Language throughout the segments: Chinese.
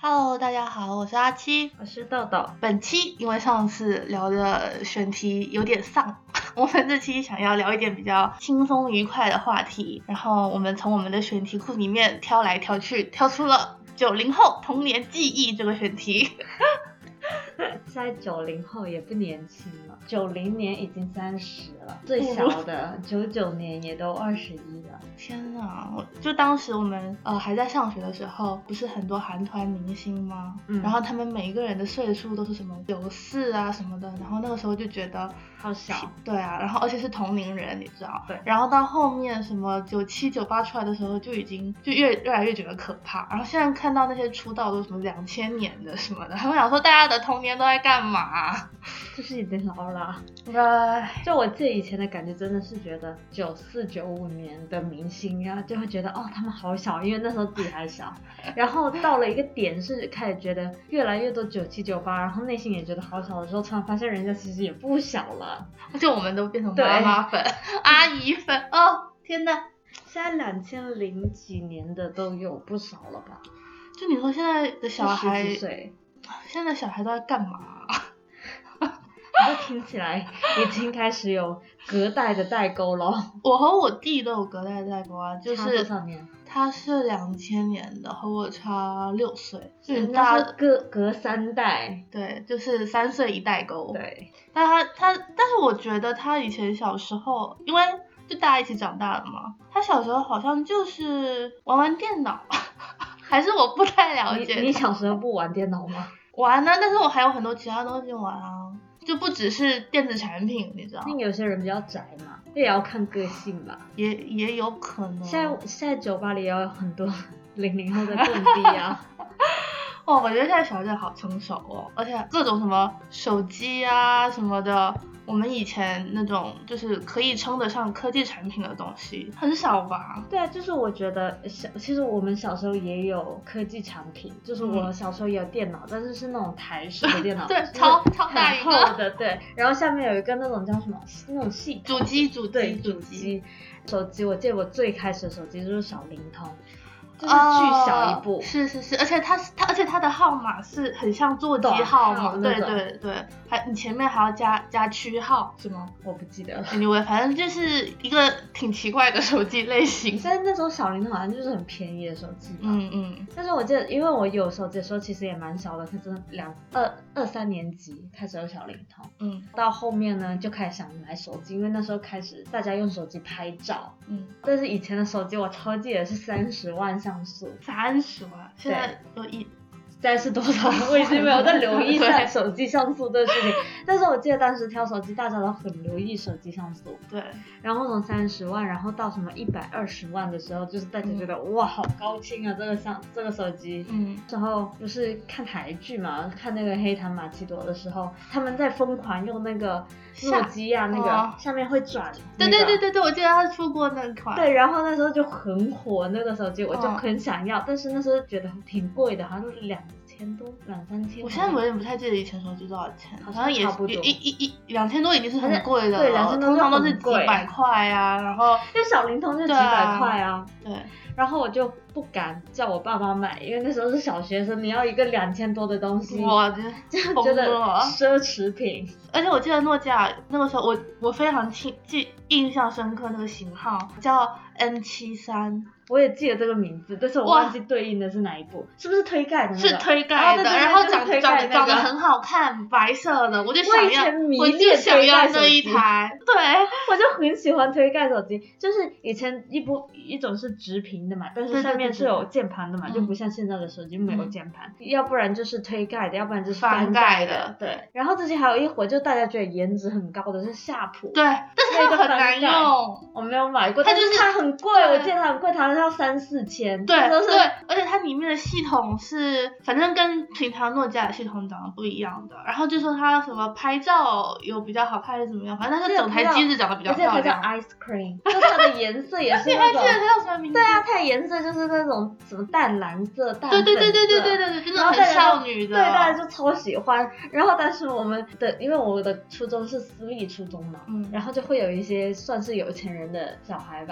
Hello， 大家好，我是阿七， 我是豆豆。 本期因为上次聊的选题有点丧，我们这期想要聊一点比较轻松愉快的话题，然后我们从我们的选题库里面挑来挑去，挑出了90后童年记忆这个选题。 现在90后也不年轻了，90年已经30了，最小的99年也都21了。 天哪！就当时我们还在上学的时候，不是很多韩团明星吗？然后他们每一个人的岁数都是什么94啊什么的，然后那个时候就觉得好小。 对啊，然后而且是同龄人，你知道？ 对。 然后到后面什么97、98出来的时候，就越来越觉得可怕。然后现在看到那些出道都什么2000年的什么的，他们想说大家的童年都在干嘛？ 就是已经老了。 就我记得以前的感觉真的是觉得94、95年的明星啊，就会觉得他们好小，因为那时候自己还小。然后到了一个点是开始觉得越来越多97、98，然后内心也觉得好小的时候，突然发现人家其实也不小了。 就我们都变成妈妈粉、阿姨粉哦，天哪！ 现在2000几年的都有不少了吧？ 就你说现在的小孩 10几岁， 现在小孩都在干嘛？ 这听起来已经开始有隔代的代沟了。 我和我弟都有隔代的代沟啊，就是差多少年？ 他是2000年的，和我差6岁， 人家是隔3代。 对，就是3岁一代沟。 对， 但是我觉得他以前小时候，因为就大家一起长大的嘛，他小时候好像就是玩电脑，还是我不太了解。 你小时候不玩电脑吗？ 玩啊，但是我还有很多其他东西玩啊，就不只是电子产品，你知道？ 那有些人比较宅嘛，这也要看个性吧。 也有可能。 现在酒吧里也有很多00后在蹦迪啊。 哦，我觉得现在小孩真的好成熟哦，而且各种什么手机啊什么的，我们以前那种就是可以称得上科技产品的东西很少吧？ 对啊，就是我觉得其实我们小时候也有科技产品，就是我小时候也有电脑，但是是那种台式的电脑， 对，超大一个厚的，对，然后下面有一个那种叫什么那种系统主机， 手机，我记得我最开始的手机就是小灵通。就是巨小一部， 是，而且它的号码是很像座机号码，对，你前面还要加区号是吗？ 我不记得了。 Anyway， 反正就是一个挺奇怪的手机类型。 但那时候小灵通好像就是很便宜的手机吧。但是我记得，因为我有手机的时候其实也蛮小的，可是2、3年级开始有小灵通。到后面呢就开始想买手机，因为那时候开始大家用手机拍照。但是以前的手机我超记得是30万像素。 30万，现在现在是多少？我已经没有在留意手机像素的事情。但是我记得当时挑手机，大家都很留意手机像素。 对。 然后从30万，然后到什么120万的时候，就是大家觉得哇，好高清啊，这个手机。然后不是看台剧嘛，看那个黑檀马奇朵的时候，他们在疯狂用那个诺基亚那个下面会转。对， 我记得他出过那款。 对，然后那时候就很火那个手机，我就很想要，但是那时候觉得挺贵的，好像2000多2、3千。 我现在有点不太记得以前手机多少钱， 好像也差不多 2000多已经是很贵的了。 对，2000多通常都是几百块啊，然后因为小灵通就几百块啊。 对。 然后我就不敢叫我爸妈买，因为那时候是小学生，你要一个2000多的东西， 哇，就觉得奢侈品。 而且我记得诺基亚那个时候，我非常印象深刻那个型号叫 N73。 我也记得这个名字，但是我忘记对应的是哪一部，是不是推盖的那个？ 是推盖的，然后长得很好看，白色的，我就想要那一台。对， 我就很喜欢推盖手机，就是以前一种是直屏的嘛，但是上面是有键盘的嘛，就不像现在的手机没有键盘，要不然就是推盖的，要不然就是翻盖的。对，然后之前还有一会就大家觉得颜值很高的是夏普。 对，但是它很难用， 我没有买过，但是它很贵，我记得它很贵，它要3-4千。 对，而且它里面的系统是反正跟平常诺基亚的系统长得不一样的，然后就说它什么拍照有比较好看还是怎么样，反正它是整台机子长得比较漂亮。 而且它叫 Ice Cream， 就它的颜色也是那种。你还记得它叫什么名字？ 对啊，它的颜色就是那种什么淡蓝色、淡粉色。 对，就是很少女的。 对，大家就超喜欢。然后但是因为我的初中是私立初中嘛，然后就会有一些算是有钱人的小孩吧，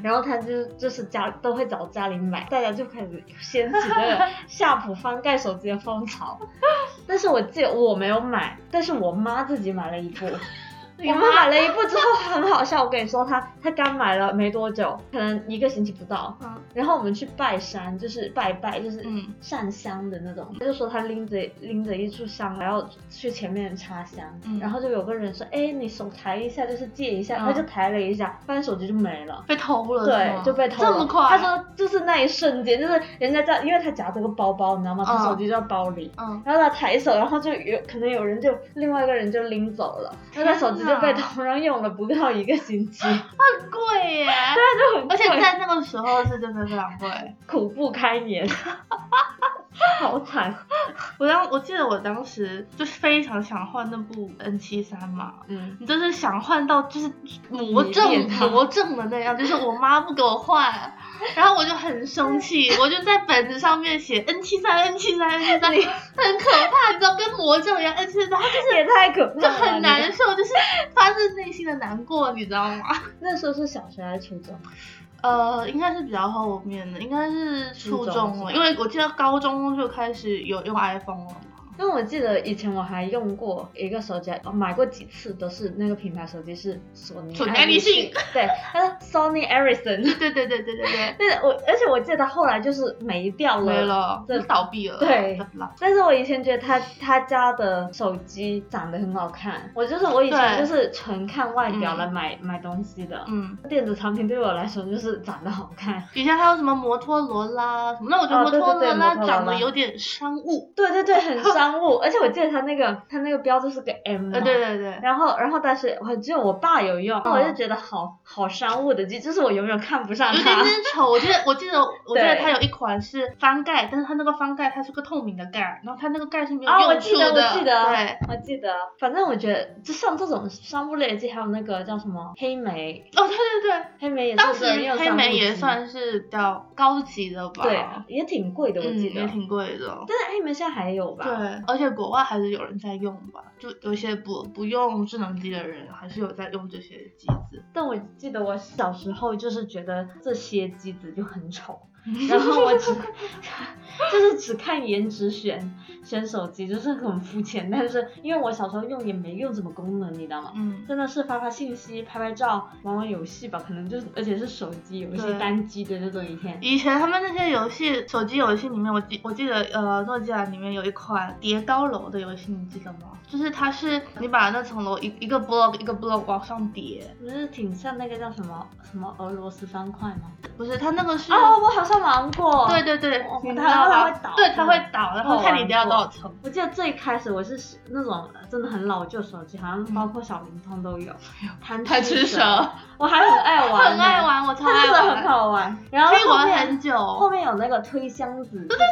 然后他就是都会找家里买，大家就开始掀起那个夏普翻盖手机的风潮。但是我记得我没有买，但是我妈自己买了一部。我妈买了一部之后很好笑，我跟你说，她刚买了没多久，可能1个星期不到。然后我们去拜山，就是拜拜，就是上香的那种。她就说她拎着一束香，然后去前面插香。然后就有个人说，你手抬一下，就是借一下。她就抬了一下，发现手机就没了， 被偷了。 对，就被偷了。 这么快？ 她说就是那一瞬间，就是人家在，因为她夹着个包包，你知道吗？她手机就在包里。然后她抬手，然后就可能有人就另外一个人就拎走了，然后她手机就被偷，然后用了不到1个星期。 很贵耶。 对，就很贵。 而且在那个时候是真的非常贵， 苦不堪言。好惨。 我记得我当时就是非常想换那部 N73 嘛，你就是想换到就是魔怔的那样，就是我妈不给我换，然后我就很生气，我就在本子上面写 N73，很可怕，你知道，跟魔怔一样 N73，然后就是也太可怕了， 就很难受，就是发自内心的难过，你知道吗？ 那时候是小学还是初中？ 应该是比较后面的，应该是初中了，因为我记得高中就开始有用 iPhone 了。 因为我记得以前我还用过一个手机，买过几次都是那个品牌手机是索尼爱立信，对，它是 Sony Ericsson， 对。 而且我记得它后来就是没了， 这倒闭了。 对，但是我以前觉得他家的手机长得很好看，我以前就是纯看外表来买东西的，电子产品对我来说就是长得好看。 以前还有什么摩托罗拉什么，那我觉得摩托罗拉长得有点商务， 对，很商务，而且我记得它那个标志是个 M 嘛， 对。 然后但是只有我爸有用，我就觉得好商务的机，就是我永远看不上它， 有点丑。我记得它有一款是翻盖，但是它那个翻盖它是个透明的盖，然后它那个盖是没有用处的。 我记得，反正我觉得就像这种商务类的机，还有那个叫什么黑莓， 对， 黑莓也是当时黑莓也算是比较高级的吧， 对，也挺贵的，我记得也挺贵的， 但是黑莓现在还有吧？ 对，而且国外还是有人在用吧，就有些不用智能机的人还是有在用这些机子。 但我记得我小时候就是觉得这些机子就很丑，然后我就是只看颜值选手机，就是很肤浅。但是因为我小时候用也没用什么功能，你知道吗？真的是发信息、拍照、玩游戏吧，可能就是而且是手机游戏单机的那种。 以前他们那些游戏，手机游戏里面，我记得诺基亚里面有一款叠高楼的游戏，你记得吗？就是它是你把那层楼一个 block 往上叠， 不是挺像那个叫什么俄罗斯方块吗？ 不是，它那个是我好像玩过。对， 它会倒，对，它会倒，然后看你叠到多少层。 我记得最开始我是那种真的很老旧手机，好像包括小灵通都有。贪吃蛇，我还很爱玩， 很爱玩，我超爱玩， 很好玩。然后可以玩很久。 后面有那个推箱子，对。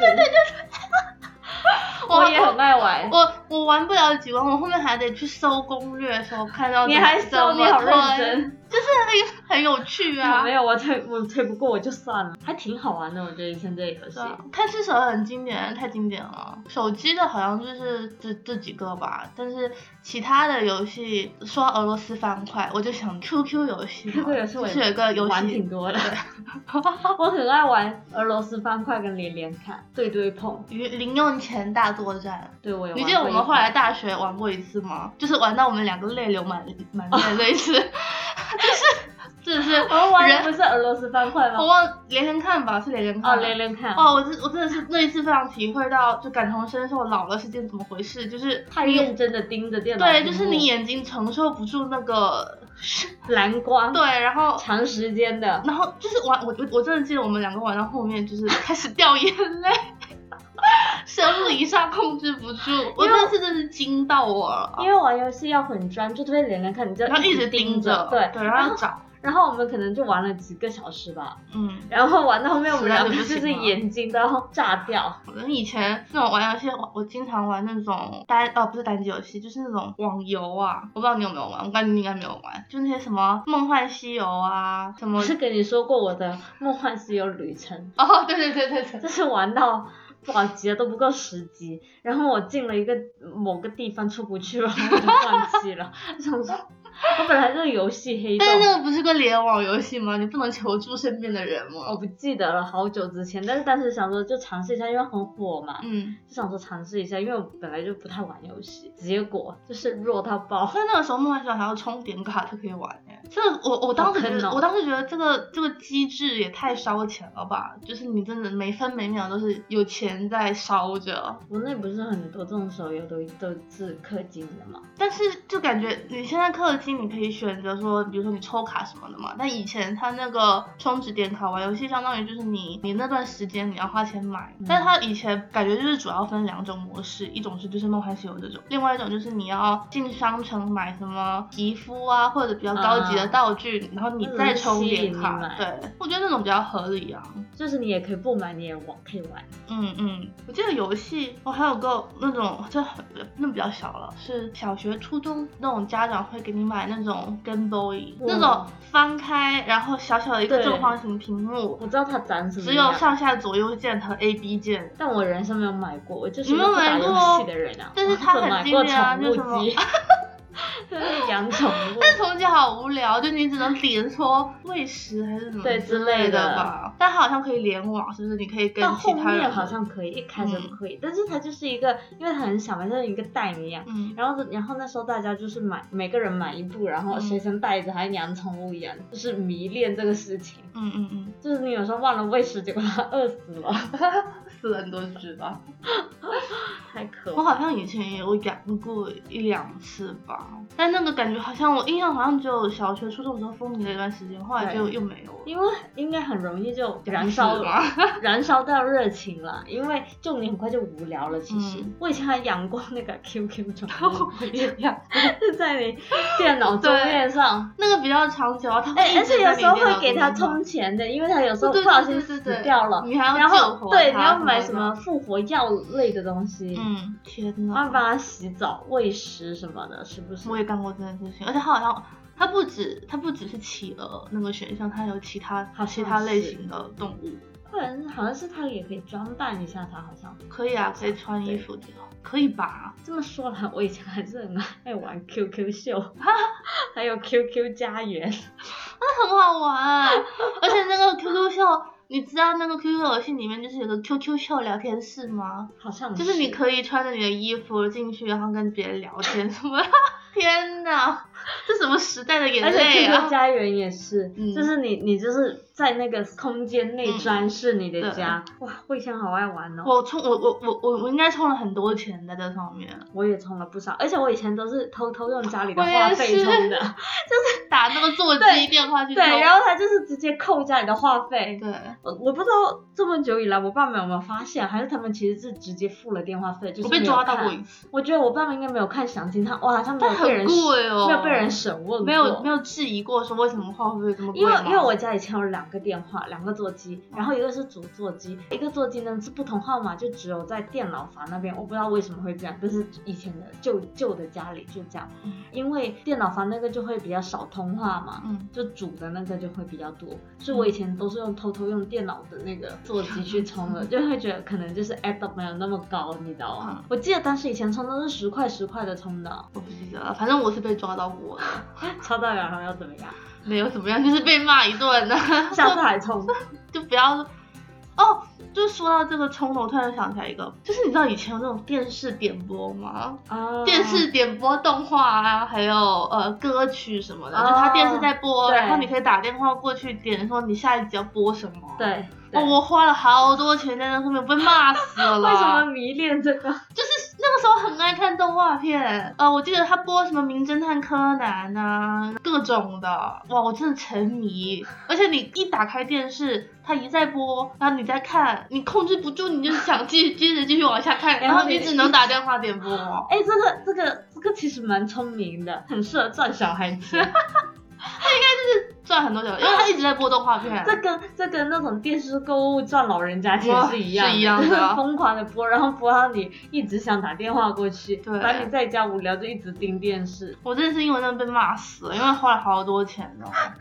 我也很爱玩， 我玩不了几关，我后面还得去搜攻略的时候看到你还搜，你好认真， 就是很有趣啊。 没有，我推不过我就算了，还挺好玩的，我觉得以前这个游戏。 贪吃蛇很经典，太经典了。手机的好像就是这几个吧，但是其他的游戏说俄罗斯方块，我就想 QQ 游戏嘛，就是有个游戏玩挺多的。我很爱玩俄罗斯方块跟连连看，对碰， 零用钱大作战。 对，我有玩过。 你记得我们后来大学玩过一次吗？就是玩到我们两个泪流满面那一次，就是我们玩的不是俄罗斯方块吗？ 我忘连连看吧，是连连看。 连连看。 哇，我真的是那一次非常体会到，就感同身受，老了是件怎么回事，就是太认真的盯着电脑。 对，就是你眼睛承受不住那个蓝光。 对，然后长时间的， 然后就是我真的记得我们两个玩到后面就是开始掉眼泪。生理上控制不住，我那次真是惊到我了。 因为玩游戏要很专注，就会连连看，你就一直盯着， 对， 然后找。 然后我们可能就玩了几个小时吧，然后玩到后面我们两个就是眼睛都要炸掉。 以前那种玩游戏，我经常玩那种不是单机游戏，就是那种网游啊，我不知道你有没有玩，我感觉你应该没有玩，就那些什么梦幻西游啊，什么。 我是跟你说过我的梦幻西游旅程。 对， 就是玩到多少集了都不够10集，然后我进了某个地方出不去了，我就放弃了，想说我本来就是游戏黑洞。 但是那个不是个联网游戏吗？你不能求助身边的人吗？ 我不记得了，好久之前，但是想说就尝试一下，因为很火嘛，就想说尝试一下，因为我本来就不太玩游戏，结果就是弱到爆。 但那个时候梦幻小还要充点卡才可以玩耶。这个我当时觉得这个机制也太烧钱了吧，就是你真的每分每秒都是有钱在烧着。 国内不是很多这种手游都是氪金的嘛？ 但是就感觉你现在氪金，你可以选择说，比如说你抽卡什么的嘛。但以前它那个充值点卡玩游戏，相当于就是你那段时间你要花钱买。但它以前感觉就是主要分2种模式，一种是就是梦幻西游这种，另外一种就是你要进商城买什么皮肤啊或者比较高级的道具，然后你再充点卡。对，我觉得那种比较合理啊。 就是你也可以不买，你也可以玩。 我记得游戏我还有个那种那比较小了，是小学初中那种家长会给你买那种 Game Boy，那种翻开然后小小的一个正方形屏幕。 我知道它长什么样， 只有上下左右键和 A、B 键。 但我人生没有买过，我就是一个不打游戏的人啊。 但是它很经典啊， 就什么养宠物。 但宠物机好无聊，就你只能点说喂食还是什么之类的吧。但它好像可以联网，是不是？你可以跟其他人。 到后面好像可以，一开始不可以，但是它就是一个，因为它很小嘛，像一个袋一样。然后那时候大家就是每个人买一部，然后随身带着，还养宠物一样，就是迷恋这个事情。就是你有时候忘了喂食，结果它饿死了， 死了很多只吧。 太可怕。 我好像以前也有养过1-2次吧，但那个感觉好像我印象好像只有小学初中的时候风靡了一段时间，后来就又没有了。 因为应该很容易就燃烧掉热情了，因为就你很快就无聊了。其实我以前还养过那个 QQ 宠物，是在你电脑桌面上， 那个比较长久啊。 而且有时候会给它充钱的，因为它有时候不小心死掉了， 你还要救活它。 对，你要买什么复活药类的东西。 天哪！ 然后帮它洗澡、喂食什么的，是不是？ 我也干过这件事情，而且它好像它不只是企鹅那个选项，它有其他类型的动物。 好像是它也可以装扮一下，它好像可以啊，可以穿衣服的，可以吧？ 这么说来，我以前还是很爱玩 QQ 秀，还有 QQ 家园， 那很好玩。而且那个 QQ 秀。你知道那个 QQ 游戏里面就是有个 QQ 秀聊天室吗？ 好像就是你可以穿着你的衣服进去，然后跟别人聊天什么。天哪，这什么时代的眼泪啊！ 而且 QQ 家园也是，就是你就是在那个空间内装饰你的家。哇，我以前好爱玩哦。 我应该充了很多钱在这上面。 我也充了不少，而且我以前都是偷用家里的话费充的，就是打那个座机电话去充。 对，然后他就是直接扣家里的话费。 对。 我不知道这么久以来我爸妈有没有发现，还是他们其实是直接付了电话费，就是我被抓到过一次。 我觉得我爸妈应该没有看详情，好像没有被人没有被人审问过， 没有质疑过说为什么话费这么贵吗？ 因为我家以前有2个电话，2个座机，然后一个是主座机，一个座机呢是不同号码，就只有在电脑房那边，我不知道为什么会这样，但是以前的旧的家里就这样，因为电脑房那个就会比较少通话嘛，就主的那个就会比较多，所以我以前都是偷用电脑的那个座机去充的，就会觉得可能就是 add up 没有那么高，你知道吗？我记得当时以前充都是10块的充的， 我不记得了，反正我是被抓到过的。 抓到然后要怎么样？ 没有怎么样，就是被骂一顿的。 下次还充， 就不要哦。就是说到这个充的，我突然想起来一个，就是你知道以前有那种电视点播吗？电视点播动画啊，还有歌曲什么的，就他电视在播，然后你可以打电话过去点说你下一集要播什么。 对。 我花了好多钱在那上面，被骂死了。 为什么迷恋这个？ 就是那个时候很爱看动画片，我记得他播什么名侦探柯南啊，各种的，哇，我真的沉迷。而且你一打开电视，他一在播，然后你在看，你控制不住，你就是想接着继续往下看，然后你只能打电话点播。 这个其实蛮聪明的，很适合赚小孩子。 他应该就是赚很多钱，因为他一直在播动画片。 这跟那种电视购物赚老人家钱是一样的， 疯狂的播，然后播到你一直想打电话过去， 对， 把你在家无聊就一直盯电视。 我真的是因为那被骂死了，因为花了好多钱哦。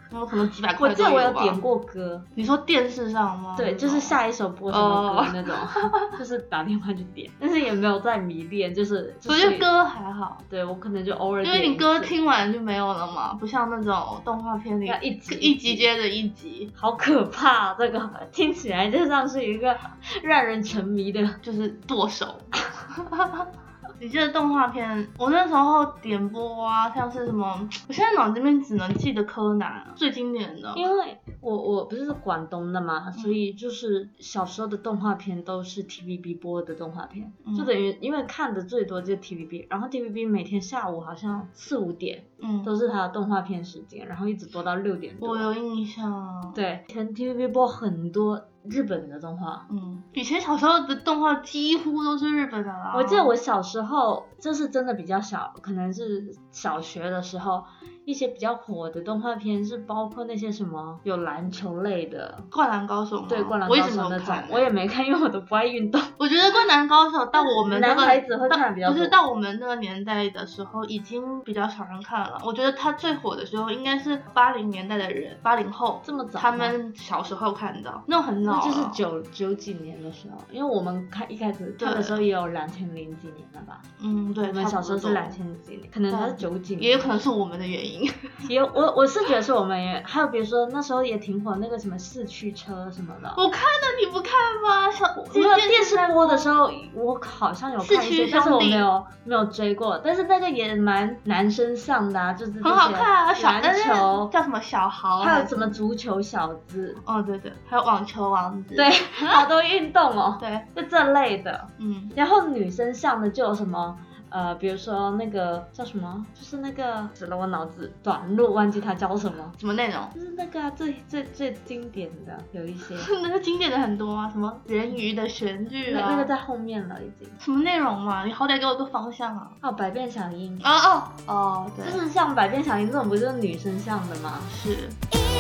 可能几百块都有吧。 我记得我有点过歌。 你说电视上吗？ 对，就是下一首播什么歌那种，就是打电话去点，但是也没有在迷恋，我觉得歌还好。 对，我可能就偶尔点。 因为你歌听完就没有了嘛，不像那种动画片里一集接着一集， 好可怕，这个听起来就像是一个让人沉迷的， 就是剁手。你记得动画片，我那时候点播啊，像是什么，我现在脑子里面只能记得柯南最经典的。 因为我不是广东的嘛，所以就是小时候的动画片都是 TVB 播的动画片，就等于因为看的最多就是 TVB， 然后 TVB 每天下午好像4、5点，都是它的动画片时间，然后一直播到6点多。 我有印象。 对，以前 TVB 播很多日本的动画。 以前小时候的动画几乎都是日本的啦。 我记得我小时候就是真的比较小，可能是小学的时候，一些比较火的动画片是包括那些什么有篮球类的， 灌篮高手吗？ 对，灌篮高手那种，我也没看，因为我都不爱运动。 我觉得灌篮高手到我们男孩子会看比较多， 不是到我们那个年代的时候已经比较少人看了。我觉得他最火的时候应该是80年代的人，80后这么早， 他们小时候看的，那很老了， 那就是九几年的时候，因为我们一开始看的时候也有2000几年了吧？ 对， 我们小时候是2000几年，可能他是90几年， 也有可能是我们的原因。 我是觉得是我们也，还有比如说那时候也挺火那个什么四驱车什么的。 我看了，你不看吗？ 没有电视播的时候，我好像有看一些，但是我没有追过。但是那个也蛮男生向的啊，就是这些很好看啊， 篮球叫什么小豪， 还有什么足球小子。 哦，对对，还有网球王子。 对，好多运动哦。 对， 就这类的。然后女生向的就有什么？比如说那个叫什么，就是那个使了我脑子短路，忘记它叫什么。 什么内容？ 就是那个最经典的有一些。 那个经典的很多啊，什么人鱼的旋律啊。 那个在后面了已经。 什么内容嘛？你好歹给我个方向啊。 百变小樱。 哦，对。 就是像百变小樱这种，不就是女生向的吗？ 是。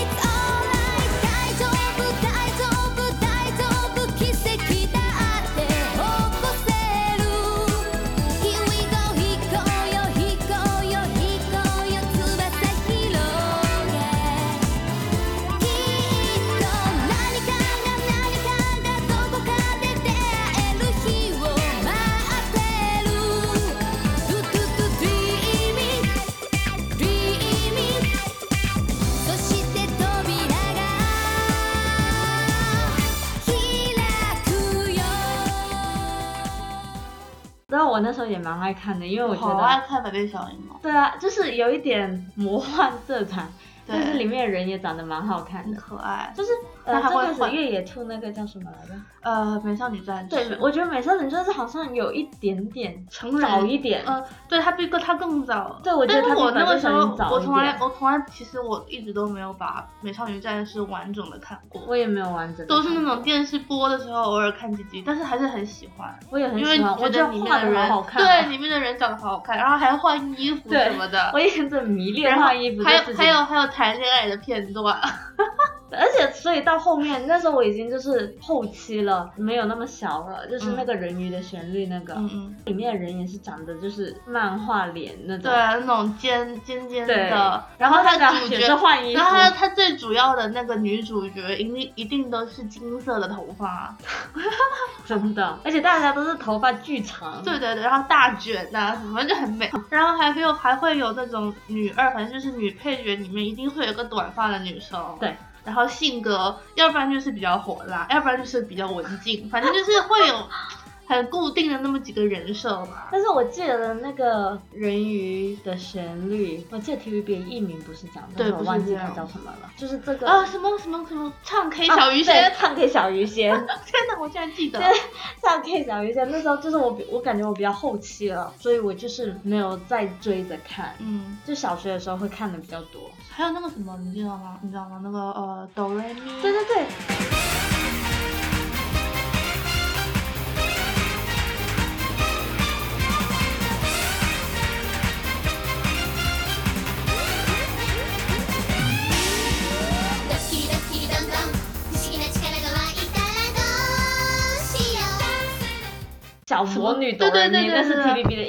然后我那时候也蛮爱看的，因为我觉得好爱看百变小樱哦。 对啊，就是有一点魔幻色彩，但是里面的人也长得蛮好看的， 很可爱。 就是最开始越野兔那个叫什么来着？ 美少女战士。 对，我觉得美少女战士好像有一点点早一点。 对，它比它更早。 对，我觉得它比我那个时候我从来其实我一直都没有把美少女战士完整的看过。 我也没有完整的。 都是那种电视播的时候偶尔看几集，但是还是很喜欢。 我也很喜欢， 因为觉得里面的人好看。 对，里面的人长得好好看，然后还换衣服什么的。 我也很迷恋换衣服。 还有谈恋爱的片段。 而且所以到后面那时候我已经就是后期了，没有那么小了，就是那个人鱼的旋律那个，里面的人也是长得就是漫画脸那种， 对，那种尖的， 然后他主角换衣服， 然后他最主要的那个女主角一定都是金色的头发， 真的，而且大家都是头发巨长， 对，然后大卷啊什么就很美，然后还会有那种女二，反正就是女配角里面一定会有个短发的女生， 对。 然后性格，要不然就是比较火辣，要不然就是比较文静，反正就是会有很固定的那么几个人设嘛。 但是我记得那个人鱼的旋律，我记得 TVB 艺名不是这样， 对， 我忘记它叫什么了，就是这个什么唱 K 小鱼仙， 唱 K 小鱼仙， 天哪，我竟然记得， 唱 K 小鱼仙，那时候就是我感觉我比较后期了，所以我就是没有再追着看，就小学的时候会看的比较多。 还有那个什么，你知道吗？那个哆瑞咪。 对。小魔女哆瑞咪，那是 TVB 的艺名。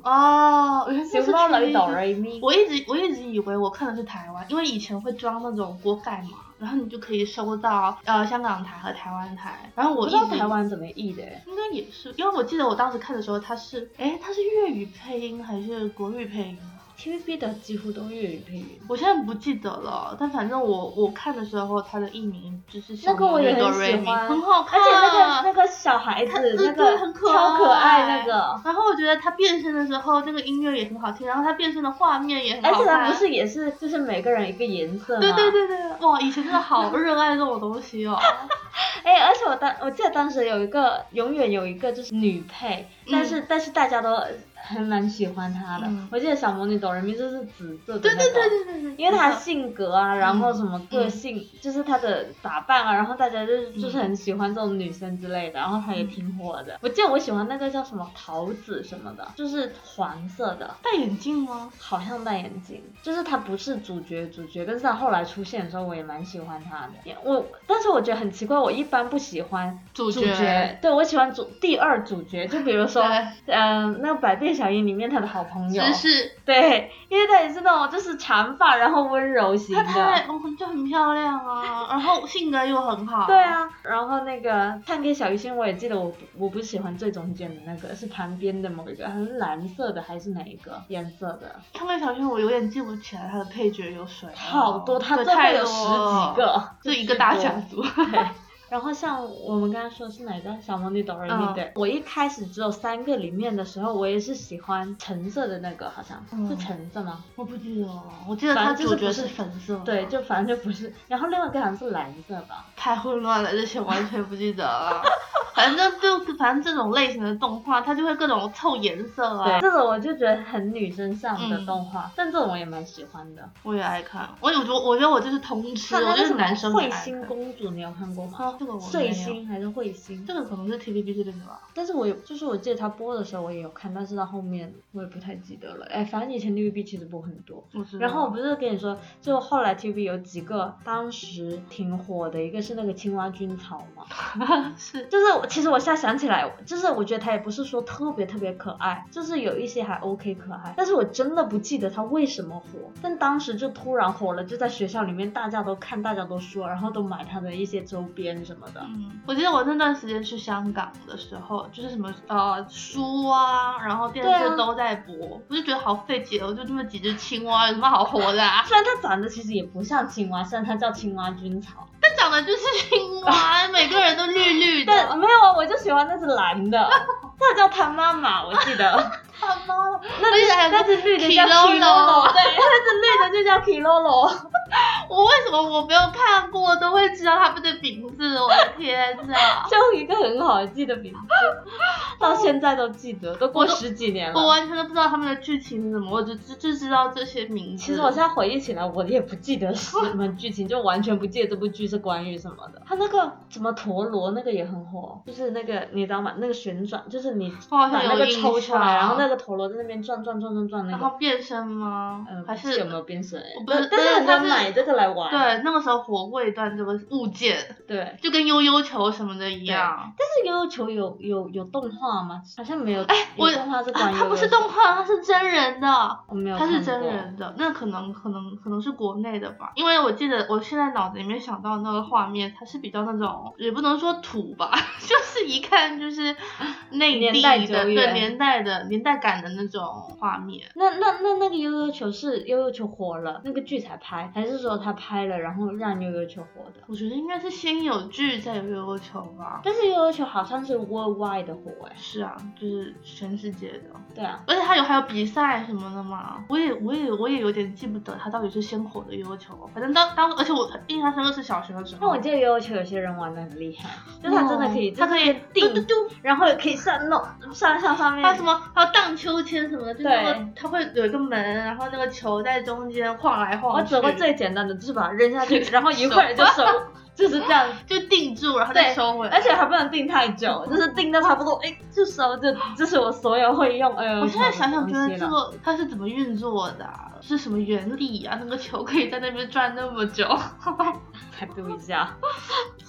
哦，原来这是 TVB。 我一直以为我看的是台湾，因为以前会装那种锅盖嘛，然后你就可以收到香港台和台湾台，然后我不知道台湾怎么译的， 应该也是，因为我记得我当时看的时候它是粤语配音还是国语配音 ？TVB 的几乎都粤语配音， 我现在不记得了，但反正我看的时候，它的译名就是那个我也很喜欢， 很好看， 而且那个小孩子那个很超可爱那个。 然后我觉得他变身的时候，那个音乐也很好听，然后他变身的画面也很好看。 而且他不是也是就是每个人一个颜色吗？ 对，哇，以前真的好热爱这种东西哦。 而且我记得当时永远有一个就是女配，但是大家都还蛮喜欢她的。我记得小魔女哆瑞咪就是紫色的那个，对，因为她性格啊，然后什么个性，就是她的打扮啊，然后大家就是很喜欢这种女生之类的，然后她也挺火的。我记得我喜欢那个叫什么桃子什么的，就是黄色的， 戴眼镜吗？ 好像戴眼镜，就是她不是主角，但是她后来出现的时候我也蛮喜欢她的。但是我觉得很奇怪，我一般不喜欢主角，对，我喜欢第二主角，就比如说那个百变小樱里面他的好朋友，对，因为他也是那种就是长发然后温柔型的， 他就很漂亮啊，然后性格又很好， 对啊，然后那个探给小鱼仙我也记得我不喜欢最中间的那个，是旁边的某一个，还是蓝色的还是哪一个颜色的？ 探给小鱼仙我有点记不起来他的配角有谁， 好多，他这边有10几个， 就一个大家族， 对。然后像我们刚才说的是哪个小魔女哆瑞咪的，我一开始只有3个里面的时候，我也是喜欢橙色的那个，好像是橙色吗？ 我不记得了，我记得他主角是粉色， 对，就反正就不是，然后另外一个好像是蓝色吧。 太混乱了，这些完全不记得了。反正这种类型的动画，它就会各种凑颜色啊。 对，这种我就觉得很女生向的动画，但这种我也蛮喜欢的。 我也爱看，我觉得我就是通吃，我就是男生彗星公主，你有看过吗？ 这个我没有。 彗星还是彗星？ 这个可能是 TVB 这边的吧。 但是我记得他播的时候我也有看，但是到后面我也不太记得了。反正以前 TVB 其实播很多。然后我不是跟你说，就后来 TVB 有几个当时挺火的，一个是那个青蛙军草嘛。 是。 就是其实我现在想起来，就是我觉得他也不是说特别可爱，就是有一些还 OK 可爱，但是我真的不记得他为什么火，但当时就突然火了，就在学校里面大家都看，大家都说，然后都买他的一些周边什么的。 我记得我那段时间去香港的时候，就是什么书啊，然后电视都在播，我就觉得好费解，我就这么几只青蛙，有什么好活的啊？ 虽然它长得其实也不像青蛙，虽然它叫青蛙军草， 但长得就是青蛙，每个人都绿绿的。 但没有啊，我就喜欢那是蓝的，它叫他妈妈，我记得。 他妈妈， 那只绿的叫 Kilolo， 对，那只绿的就叫 Kilolo。 我为什么我没有看过都会知道他们的名字？我的天哪！ 就一个很好记的名字，到现在都记得，都过10几年了。 我完全都不知道他们的剧情是什么，我就知道这些名字。 其实我现在回忆起来，我也不记得是什么剧情，就完全不记得这部剧是关于什么的。他那个什么陀螺那个也很火，就是那个你知道吗？那个旋转，就是你把那个抽出来，然后那个陀螺在那边转那个。 然后变身吗？ 还是有没有变身？ 不是， 但是人家买这个来玩。 对，那个时候火过一段这个物件， 对， 就跟悠悠球什么的一样。 但是悠悠球有动画吗？好像没有。有动画是关于它不是动画，它是真人的。 我没有看过。 它是真人的，那可能是国内的吧？因为我记得我现在脑子里面想到那个画面，它是比较那种也不能说土吧，就是一看就是内地的，对年代感的那种画面。 那个悠悠球是悠悠球火了，那个剧才拍，还是说他拍了然后让悠悠球火的？ 我觉得应该是先有剧再有悠悠球吧。 但是悠悠球好像是 worldwide 的火是啊，就是全世界的。 对啊， 而且还有比赛什么的嘛，我也有点记不得他到底是先火的悠悠球。反正而且我印象深刻是小学的时候。 那我记得悠悠球有些人玩得很厉害，就是他真的可以，他可以定，然后也可以上面。 还有荡秋千什么的，就是他会有一个门，然后那个球在中间晃来晃去。 我只会最简单的，就是把它扔下去，然后一会儿就收，就是这样， 就定住，然后再收回来。 而且还不能定太久，就是定到差不多，就收，这是我所有会用。 我现在想想，觉得这个它是怎么运作的啊？是什么原理啊？那个球可以在那边转那么久？ 百度一下。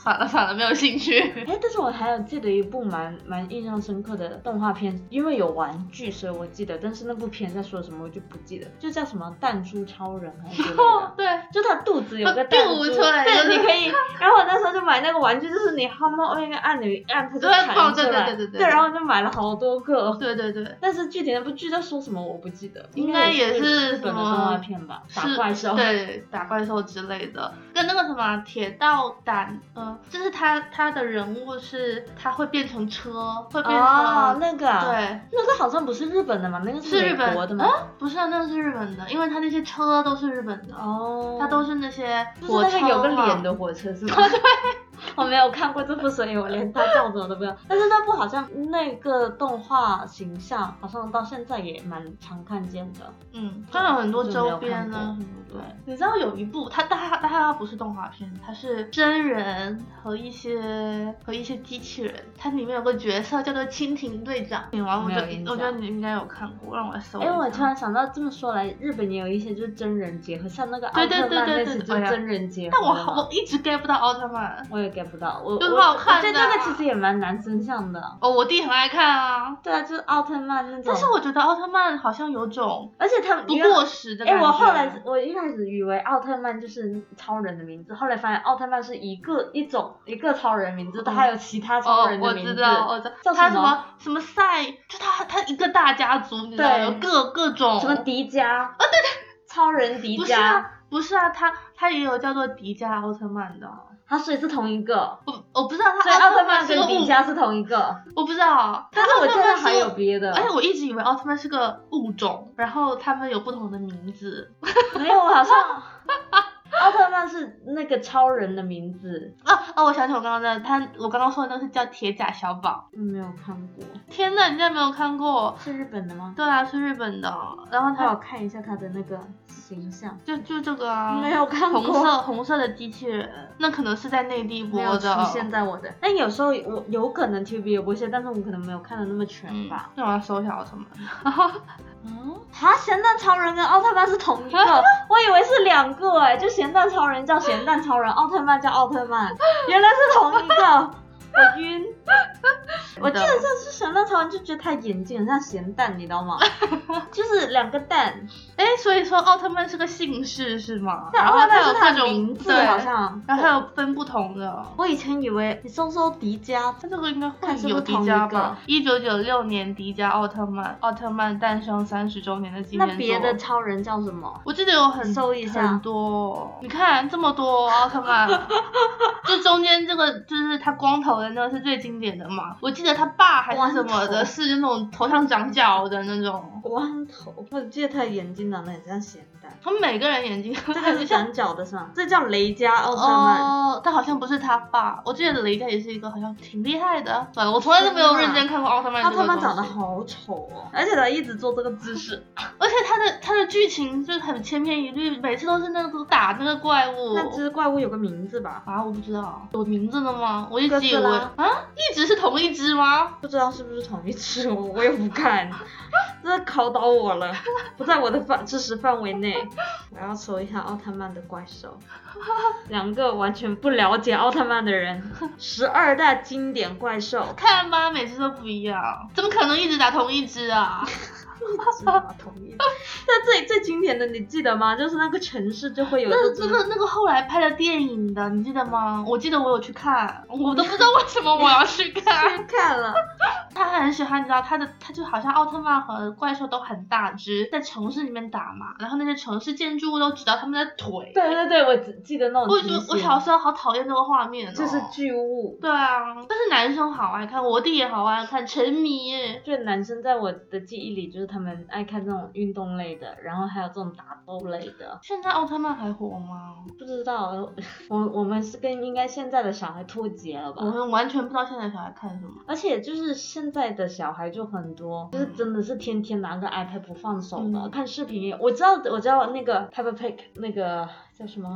算了，没有兴趣。 但是我还有记得一部蛮印象深刻的动画片，因为有玩具，所以我记得，但是那部片在说什么我就不记得，就叫什么弹珠超人还是之类的。 对， 就他肚子有个弹珠，对，你可以。然后我那时候就买那个玩具，就是你好某一个按钮一按，它就弹出来。对，然后就买了好多个。 对。 但是具体那部剧在说什么我不记得， 应该也是日本的动画片吧，打怪兽。 对，打怪兽之类的，跟那个什么铁道胆，就是他的人物是他会变成车，会变成那个对，那个好像不是日本的嘛，那个是美国的吗？ 不是，那个是日本的，因为他那些车都是日本的它都是那些火车， 就是那个有个脸的火车是吗？对。我没有看过这部，所以我连它叫什么都不知道。但是那部好像那个动画形象，好像到现在也蛮常看见的。 它有很多周边呢。对，你知道有一部，它不是动画片，它是真人和一些机器人。它里面有个角色叫做蜻蜓队长。我觉得你应该有看过，让我来搜一下。 我突然想到，这么说来，日本也有一些就是真人结合，像那个奥特曼那些就是真人结合。 但我一直 get 不到奥特曼。 我也 get 不到，我很好看的。 我觉得这个其实也蛮男生向的。 我弟很爱看啊。 对啊，就是奥特曼那种。但是我觉得奥特曼好像有种， 而且他们不过时的感觉。 我一开始以为奥特曼就是超人的名字，后来发现奥特曼是一个超人名字，他还有其他超人的名字。 我知道，叫什么赛，就他一个大家族，你知道有各种什么迪迦。对，超人迪迦。 不是啊，他也有叫做迪迦奥特曼的。 他所以是同一个， 我不知道他。 所以奥特曼跟迪迦是同一个， 我不知道。 但是我记得还有别的。 而且我一直以为奥特曼是个物种，然后他们有不同的名字。 没有，好像奥特曼是那个超人的名字。 我想起我刚刚说的那是叫铁甲小宝。 没有看过。 天哪，你竟然没有看过？ 是日本的吗？ 对啊，是日本的。然后我看一下他的那个形象。 就这个啊。 没有看过。 红色的机器人，那可能是在内地播的。没有出现在我的。但有时候我有可能 TVB 有播一些，但是我可能没有看的那么全吧。 那我要搜一下奥特曼。咸蛋超人跟奥特曼是同一个，我以为是两个就咸蛋超人叫咸蛋超人，奥特曼叫奥特曼，原来是同一个。我晕。我记得这是咸蛋超人，就觉得他眼睛很像咸蛋，你知道吗？就是两个蛋。 所以说奥特曼是个姓氏是吗？ 对，奥特曼是他的名字好像。 然后还有分不同的。 我以前以为你搜迪迦， 这个应该会有迪迦吧？1996年迪迦奥特曼诞生30周年的纪念作。 那别的超人叫什么？ 我记得有很多。你看这么多奥特曼，就中间这个就是他光头的那个是最经典的嘛。我记得他爸还是什么的，是那种头上长角的那种光头。我记得他的眼睛长得很像咸蛋。 他们每个人眼睛这个是长角的是吗？这叫雷加奥特曼。 他好像不是他爸。我记得雷加也是一个好像挺厉害的。算了，我从来都没有认真看过奥特曼。 奥特曼长得好丑哦，而且他一直做这个姿势。 而且他的剧情就是很千篇一律，每次都是那个打那个怪物。 那只怪物有个名字吧？ 我不知道，有名字的吗？我一直以为一直是同一只吗？ 不知道是不是同一只，我也不看。这考倒我了，不在我的知识范围内。我要搜一下奥特曼的怪兽。两个完全不了解奥特曼的人，12大经典怪兽。 看吧，每次都不一样，怎么可能一直打同一只啊？ 同意。但最经典的你记得吗？就是那个城市就会有那个后来拍的电影的，你记得吗？我记得我有去看，我都不知道为什么我要去看。 去看了。 他很喜欢，你知道他就好像奥特曼和怪兽都很大只，在城市里面打嘛，然后那些城市建筑物都指到他们的腿。 对，我只记得那种。 我小时候好讨厌这个画面就是巨物。 对啊，但是男生好爱看，我弟也好爱看，沉迷耶。 就男生在我的记忆里就是他们爱看这种运动类的，然后还有这种打斗类的。 现在奥特曼还火吗？ 不知道，我们是跟应该现在的小孩脱节了吧？ 我们完全不知道现在小孩看什么。 而且就是现在的小孩就很多，就是真的是天天拿个 iPad 不放手的，看视频。我知道那个 Peppa Pig 那个叫什么？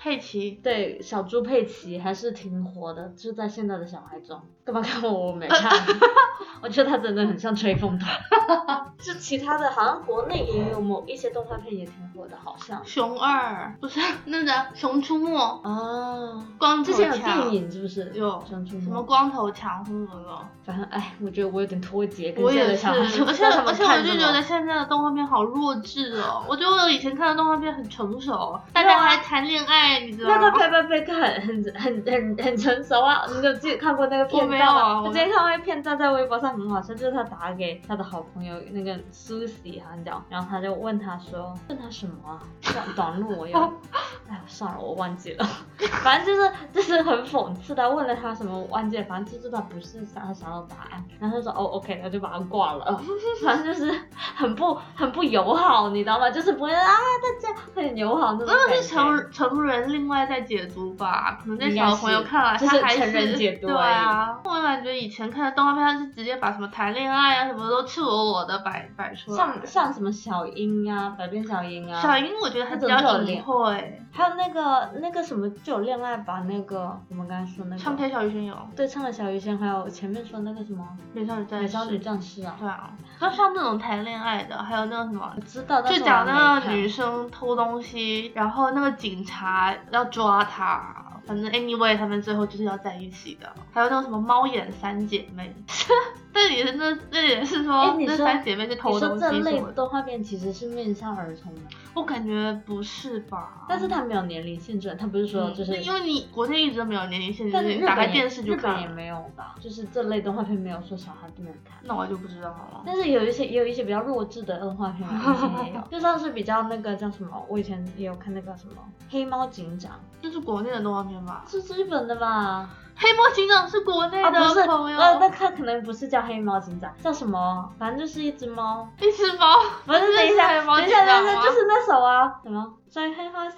佩奇， 对，小猪佩奇还是挺火的，就在现在的小孩中。干嘛看我没看？我觉得他真的很像吹风头。就其他的，好像国内也有某一些动画片也挺火的，好像。 熊二不是那个熊出没哦， 光头强。 之前有电影是不是？ 有熊出没。 什么光头强什么的。 反正我觉得我有点脱节， 我也是，而且我就觉得现在的动画片好弱智哦。我觉得我以前看的动画片很成熟，大家还谈恋爱，你知道吗？ 那个贝克很成熟啊！你有自己看过那个片段吗？我之前看过一个片段在微博上很好笑，就是他打给他的好朋友那个 Susie 好像叫，然后他就问他什么啊？短路我又，算了，我忘记了。反正就是很讽刺的，问了他什么忘记了，反正就是他不是他想要答案，然后他说OK， 他就把他挂了。反正就是很不友好，你知道吗？就是不会大家很友好那种感觉。 那是成人另外在解读吧，可能在小朋友看来他还是成人解读。 对啊，我感觉以前看的动画片，他是直接把什么谈恋爱啊什么都赤裸裸的摆出来。 像什么小樱啊，百变小樱啊。 小樱我觉得还比较隐晦。 还有那个什么就有恋爱吧，那个我们刚才说那个。 唱陪小鱼仙有。 对，唱了小鱼仙，还有前面说那个什么美少女战士啊。 对啊，像那种谈恋爱的，还有那个什么， 我知道， 就讲那个女生偷东西，然后那个警察要抓她。反正 anyway 他们最后就是要在一起的。还有那种什么猫眼三姐妹，这也是说那三姐妹是偷东西什么的。 你说这类动画片其实是面向儿童的？ 我感觉不是吧。 但是它没有年龄限制，它不是说就是。 因为你国内一直都没有年龄限制， 但是你打开电视就看。 日本也没有吧，就是这类动画片没有说小孩不能看。 那我就不知道了。 但是也有一些比较弱智的动画片，也有，就像是比较那个叫什么，我以前也有看那个什么黑猫警长。 这是国内的动画片吧？ 是日本的吧？ 黑猫警长是国内的朋友。 那它可能不是叫黑猫警长，叫什么？反正就是一只猫。 一只猫？ 不是，等一下，就是那首啊，什么？最开心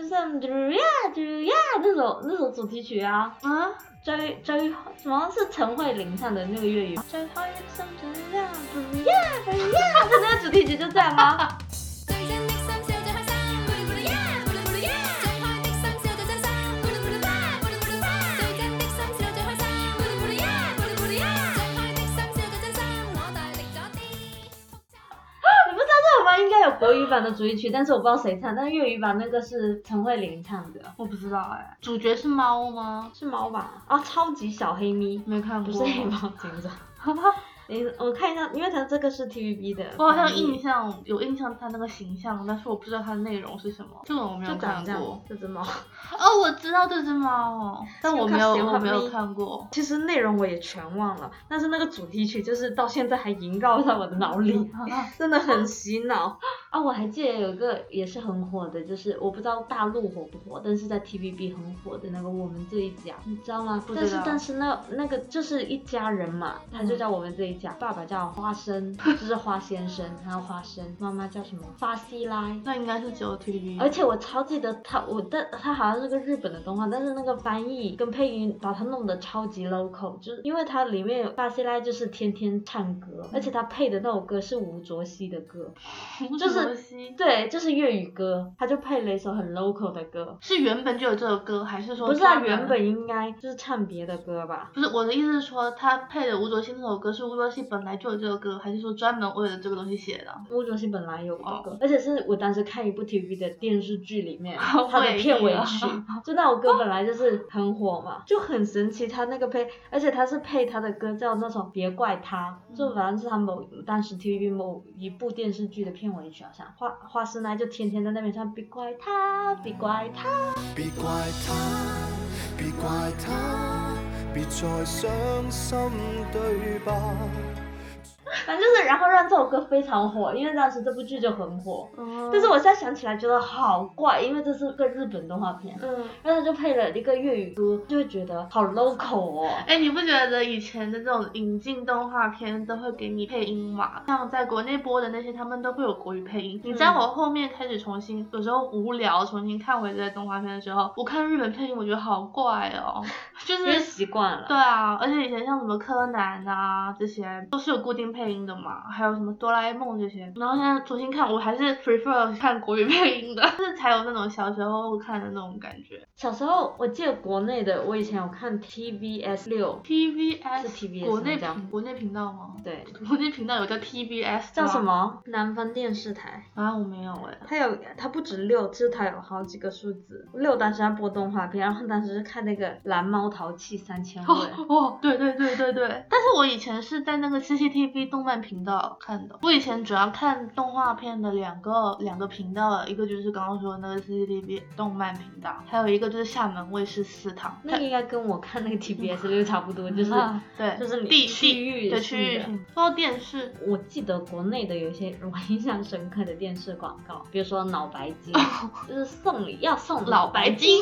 那首主题曲啊。追什么是陈慧琳唱的那个粤语？最开心它那个主题曲就这样吗？应该有国语版的主题曲，但是我不知道谁唱，但是粤语版那个是陈慧琳唱的。 我不知道主角是猫吗？ 是猫吧？啊，超级小黑咪， 没看过。 不是黑猫警长。我看一下，因为它这个是 TVB 的。 我好像有印象它那个形象，但是我不知道它的内容是什么。这个我没有看过。 这只猫。 我知道这只猫但我没有看过。 其实内容我也全忘了，但是那个主题曲就是到现在还萦绕在我的脑里，真的很洗脑啊！我还记得有一个也是很火的，就是我不知道大陆火不火，但是在 TVB 很火的那个我们这一家，你知道吗？ 不知道。 但是那个就是一家人嘛，他就叫我们这一家，爸爸叫花生，就是花先生，然后花生，妈妈叫什么发西拉。 那应该是只有 TVB。 而且我超记得他好像是个日本的动画，但是那个翻译跟配音把它弄得超级 local， 就是因为它里面有发西拉就是天天唱歌，而且他配的那首歌是吴卓羲的歌，就是粤语歌，他就配了一首很 local 的歌。 是原本就有这首歌，还是说不是他原本应该就是唱别的歌吧？ 不是，我的意思是说他配的吴卓羲那首歌是吴卓羲本来就有这首歌，还是说专门为了这个东西写的？ 吴卓羲本来有的歌，而且是我当时看一部 TVB 的电视剧里面他的片尾曲，就那首歌本来就是很火嘛，就很神奇。他那个而且他是配他的歌叫那首别怪他，就反正是他当时 TVB 某一部电视剧的片尾曲，好像花师奶就天天在那边唱别怪他，别怪他，别怪他，别怪他，别再伤心对吧。反正就是，然后让这首歌非常火，因为当时这部剧就很火。但是我现在想起来觉得好怪，因为这是个日本动画片。然后他就配了一个粤语歌，就会觉得好 local 哦。 你不觉得以前的这种引进动画片都会给你配音吗？像在国内播的那些，他们都会有国语配音。你在我后面开始重新，有时候无聊重新看回这些动画片的时候，我看日本配音，我觉得好怪哦，就是习惯了。 对啊，而且以前像什么柯南啊这些，都是有固定配音音的嘛，还有什么哆啦 A 梦这些。然后现在重新看，我还是 prefer 看国语配音的，就是才有那种小时候看的那种感觉。 小时候我记得国内的，我以前有看 TBS6。TBS 是 TBS 国内频道吗？ 对， 国内频道有叫 TBS 叫什么？南方电视台啊，我没有它不止6，就是它有好几个数字。6当时在播动画片，然后当时是看那个蓝猫淘气3000位。 对。但是我以前是在那个 CCTV 动漫频道看的。我以前主要看动画片的两个频道，一个就是刚刚说的那个 CCTV 动漫频道，还有一个就是厦门卫视4台。 那个应该跟我看那个 TBS6 差不多，就是对， 就是你区域的。 说到电视， 我记得国内的有一些我印象深刻的电视广告，比如说脑白金，就是送礼要送脑白金，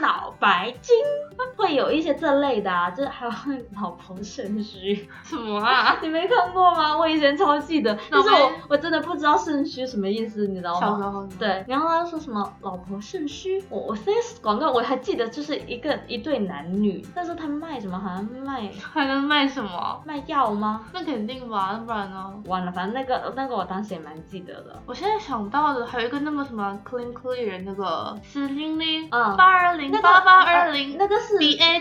会有一些这类的啊，就是还有老婆肾虚。 什么啊？ 你没看过吗？我以前超记得，但是我真的不知道肾虚什么意思，你知道吗？ 小时候对，然后他说什么老婆肾虚，我这些广告我还记得，就是一对男女，但是他卖什么？好像还能卖什么？ 卖药吗？ 那肯定吧，那不然呢？ 完了，反正那个我当时也蛮记得的。 我现在想到的还有一个那个什么 Clean Clear 那个400-820-8820， 那个是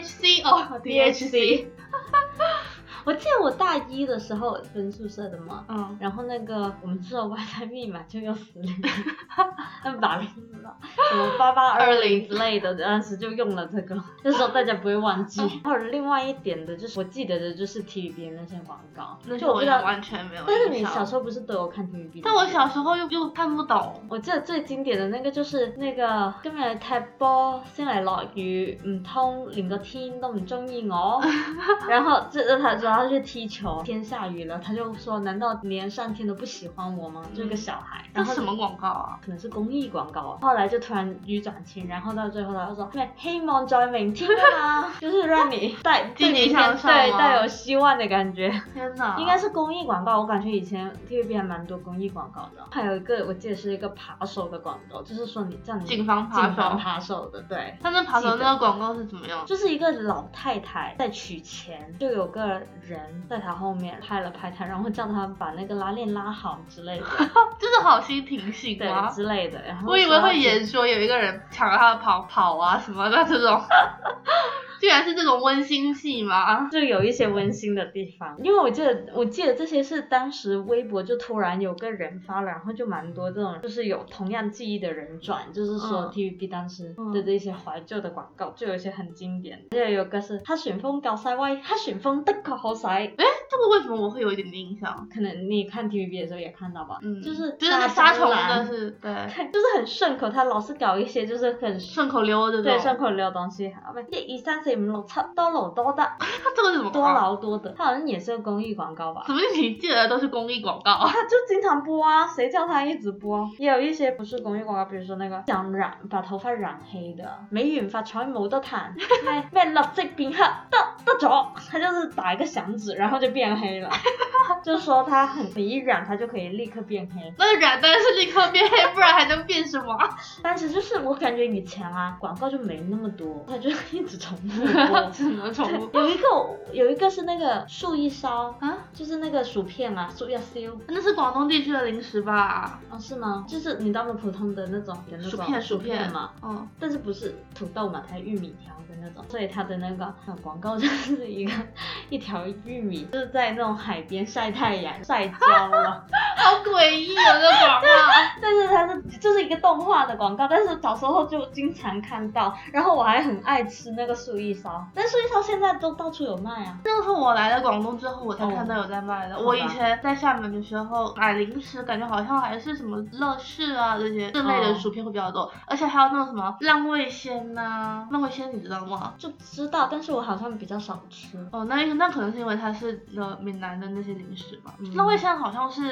DHC。 我记得我大一的时候分宿舍的嘛，然后那个我们宿舍 WiFi 密码就用400，那把什么8820之类的，当时就用了这个，那时候大家不会忘记。还有另外一点的就是我记得的就是 TVB 那些广告， 就我完全没有。 但是你小时候不是都有看 TVB？ 但我小时候又看不懂。 我记得最经典的那个就是那个今日踢波先嚟落雨，唔通連個天都唔中意我，然後他主要去踢球，天下雨了，他就說難道連上天都不喜歡我嗎？這個小孩。 這是什麼廣告啊？ 可能是公益廣告啊。後來就突然語轉晴，然後到最後他就說希望在明天啊，就是讓你對明天對帶有希望的感覺。 天哪！ 應該是公益廣告，我感覺以前 TVB 還蠻多公益廣告的。還有一個我記得是一個扒手的廣告，就是說你叫你警方扒手的，對。 他那扒手那個廣告是怎麼樣？ 就是一個老太太在取錢，就有個人在她後面拍了她，然後叫她把那個拉鏈拉好之類的， 就是好心提醒對之類的。然後我以為會演說有一個人搶了他的跑啊什麼的這種。居然是這種溫馨戲嗎？ 就有一些溫馨的地方，因為我記得這些是當時微博就突然有個人發了，然後就蠻多這種就是有同樣記憶的人轉，就是說 TVB 當時的這些懷舊的廣告，就有一些很經典。就有個是黑旋風夠晒威，黑旋風的確好使。 這個為什麼我會有一點印象？ 可能你看 TVB 的時候也看到吧？就是殺蟲的是對， 就是很順口，他老是搞一些就是很順口溜的， 對，順口溜的東西。1、2、3、4、5、6、7多勞多得， 這個是什麼？ 多勞多得，它好像也是個公益廣告吧？ 怎麼你記得都是公益廣告啊？ 他就經常播啊，誰叫他一直播？也有一些不是公益廣告，比如說那個想把頭髮染黑的，美完髮彩冇得彈，咩立即變黑得咗，他就是打一個響指，然後就變黑了，就是說他你一染，他就可以立刻變黑。 那染當然是立刻變黑，不然還能變什麼？ 但是就是我感覺以前啊，廣告就沒那麼多，他就一直重複播。 什麼重複？ 有一個是那個樹一燒啊，就是那個薯片啊，樹一燒。 那是廣東地區的零食吧？ 哦，是嗎？就是你當的普通的那種薯片嘛。 嗯。 但是不是土豆嘛，它玉米條的那種，所以它的那個廣告就是一條玉米，就是在那種海邊曬太陽曬焦了。 好詭異哦，這廣告。 但是它就是一個動畫的廣告，但是小時候就經常看到，然後我還很愛吃那個樹一燒，但樹一燒現在都到處有賣啊。 那個是我來了廣東之後我才看到有在賣的。我以前在廈門的時候買零食，感覺好像還是什麼樂事啊這些類的薯片會比較多，而且還有那種什麼浪味仙啊，浪味仙你知道嗎？ 就知道，但是我好像比較少吃。 哦，那可能是因為它是閩南的那些零食嘛。浪味仙好像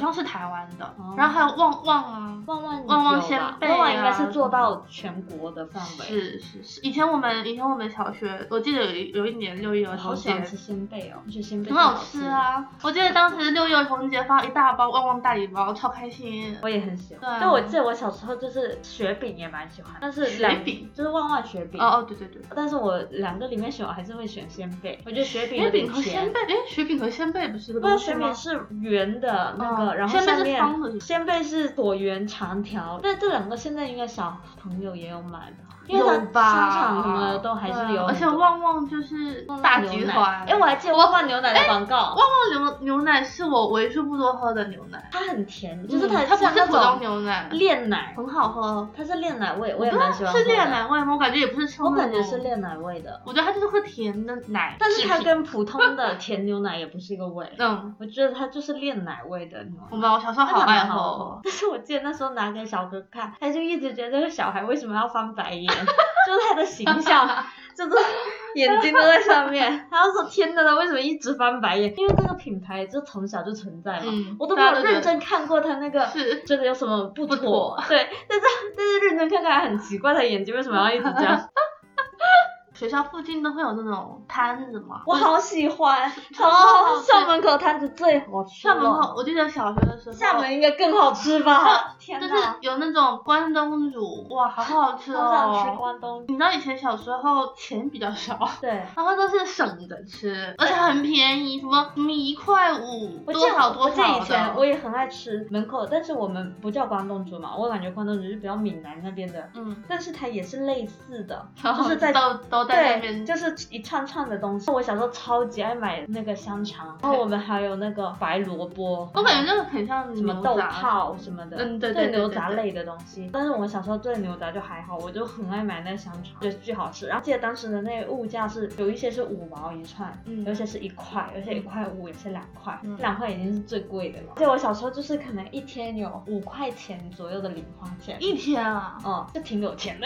像是台湾的，然后还有旺旺啊， 旺旺仙贝啊， 旺旺应该是做到全国的范围。 是，以前我们小学，我记得有一年6月儿童节， 好喜欢吃仙贝哦，我觉得仙贝很好吃啊。我记得当时6月儿童节放一大包旺旺大礼包，超开心。 我也很喜欢。就我记得我小时候就是雪饼也蛮喜欢，但是雪饼就是旺旺雪饼。 对。 但是我2个里面选，我还是会选仙贝。我觉得雪饼有点甜。 和仙贝，雪饼和仙贝不是个东西吗？ 雪饼是圆的那个，然后下面仙贝是方的。 仙贝是椭圆长条，但这2个现在应该小朋友也有买的。因为它商场什么的都还是有， 而且旺旺就是大集团。 我还记得旺旺牛奶的广告。 旺旺牛奶是我为数不多喝的牛奶， 它很甜，就是它不是普通牛奶， 炼奶很好喝。 它是炼奶味，我也蛮喜欢喝的。 是炼奶味吗？我感觉也不是。 我感觉是炼奶味的。 我觉得它就是喝甜的奶， 但是它跟普通的甜牛奶也不是一个味。我觉得它就是炼奶味的牛奶。 我小时候好爱喝， 但是我记得那时候拿给小哥看，他就一直觉得这个小孩为什么要翻白眼，就是他的形象，就是眼睛都在上面。他就说天哪，他为什么一直翻白眼？因为这个品牌就从小就存在嘛，我都没有认真看过他那个，觉得有什么不妥。对，但是认真看看很奇怪，他眼睛为什么要一直这样？ 学校附近都会有那种摊子嘛， 我好喜欢。校门口摊子最好吃。 校门口，我记得小学的时候， 厦门应该更好吃吧？天哪， 就是有那种关东煮，哇，好好吃哦！ 好想吃关东煮。 你知道以前小时候钱比较少， 对， 然后都是省着吃，而且很便宜，什么1块5，多少的。 我记得以前我也很爱吃门口，但是我们不叫关东煮嘛，我感觉关东煮是比较闽南那边的，但是它也是类似的，就是在都在那边， 就是一串串的东西。我小时候超级爱买那个香肠，然后我们还有那个白萝卜， 我感觉那个很像什么豆泡什么的， 对牛杂类的东西。但是我们小时候对牛杂就还好，我就很爱买那香肠，觉得巨好吃。然后记得当时的那个物价是有一些是5毛一串，有些是1块，有些1块5，有些2块，2块已经是最贵的了。所以我小时候就是可能一天有5块钱左右的零花钱。 一天啊？ 就挺有钱的。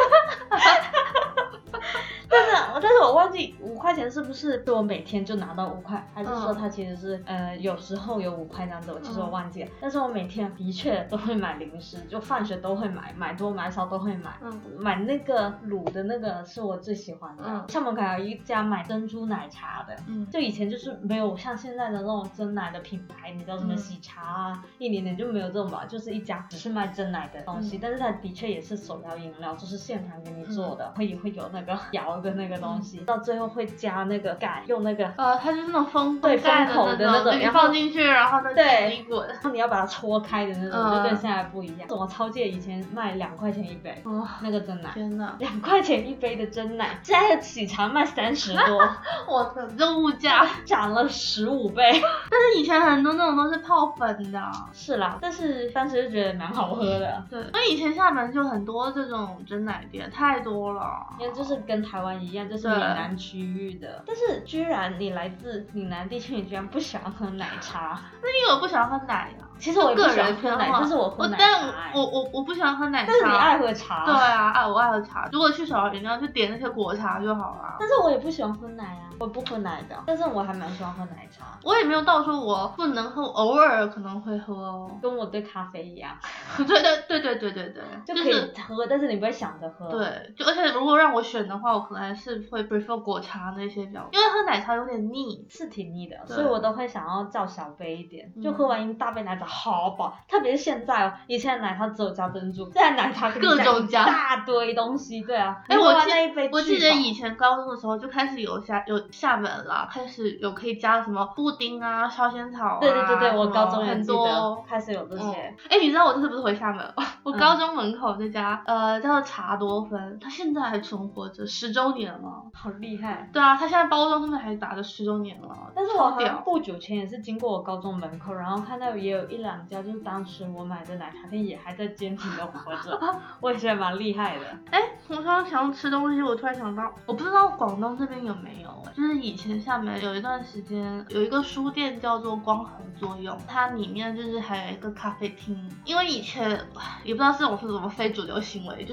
但是我忘记5块钱是不是我每天就拿到5块，还是说它其实是有时候有5块这样子，其实我忘记了。但是我每天的确都会买零食，就放学都会买多买少都会买。买那个卤的那个是我最喜欢的。厦门还有一家买珍珠奶茶的，就以前就是没有像现在的那种珍奶的品牌，你知道什么喜茶啊，一年年就没有这种吧，就是一家只是卖珍奶的东西，但是它的确也是手摇饮料，就是现场给你做的，会有那个摇的那个东西，到最后会加那个盖，用那个它就是那种封口的那种， 你放进去，然后它自己滚， 然后你要把它戳开的那种，就跟现在不一样。我超记得以前卖2块钱一杯，那个珍奶， 天哪 ，2块钱一杯的珍奶，现在的喜茶卖30多， 我的这物价涨了15倍。 但是以前很多那种都是泡粉的。 是啦，但是当时就觉得蛮好喝的。 对，因为以前厦门就很多这种珍奶店，太多了。 因为就是跟台湾一样，就是闽南区域的。但是居然你来自闽南地区，你居然不喜欢喝奶茶？ 那你有不喜欢喝奶啊？ 其实我也不喜欢喝奶，但是我喝奶茶。 但我不喜欢喝奶茶。 但是你爱喝茶。 对啊，我爱喝茶。如果去手摇饮料就点那些果茶就好了。 但是我也不喜欢喝奶啊，我不喝奶的。但是我还蛮喜欢喝奶茶。 我也没有到说我不能喝，偶尔可能会喝哦。 跟我对咖啡一样。 对， 就可以喝，但是你不会想着喝。 对，而且如果让我选的话，我可能还是会 prefer 果茶那些比较，因为喝奶茶有点腻， 是挺腻的，所以我都会想要叫小杯一点，就喝完一大杯奶茶好饱。特别是现在以前的奶茶只有加珍珠，现在奶茶各种加一大堆东西。对啊， 我记得以前高中的时候就开始有厦门啦，开始有可以加什么布丁啊、烧仙草啊。 对，我高中也很记得开始有这些。 你知道我这次不是回厦门，我高中门口这家叫做茶多芬，它现在还存活着，10周年了， 好厉害。 对啊，它现在包装上面还打着10周年了。 但是我好像不久前也是经过我高中门口，然后看到也有1-2家，就是当时我买的奶茶店也还在坚挺的活着，我也觉得蛮厉害的。 我说想要吃东西，我突然想到，我不知道广东这边有没有，就是以前厦门有一段时间有一个书店叫做光合作用，它里面就是还有一个咖啡厅，因为以前也不知道这种是什么非主流行为，就是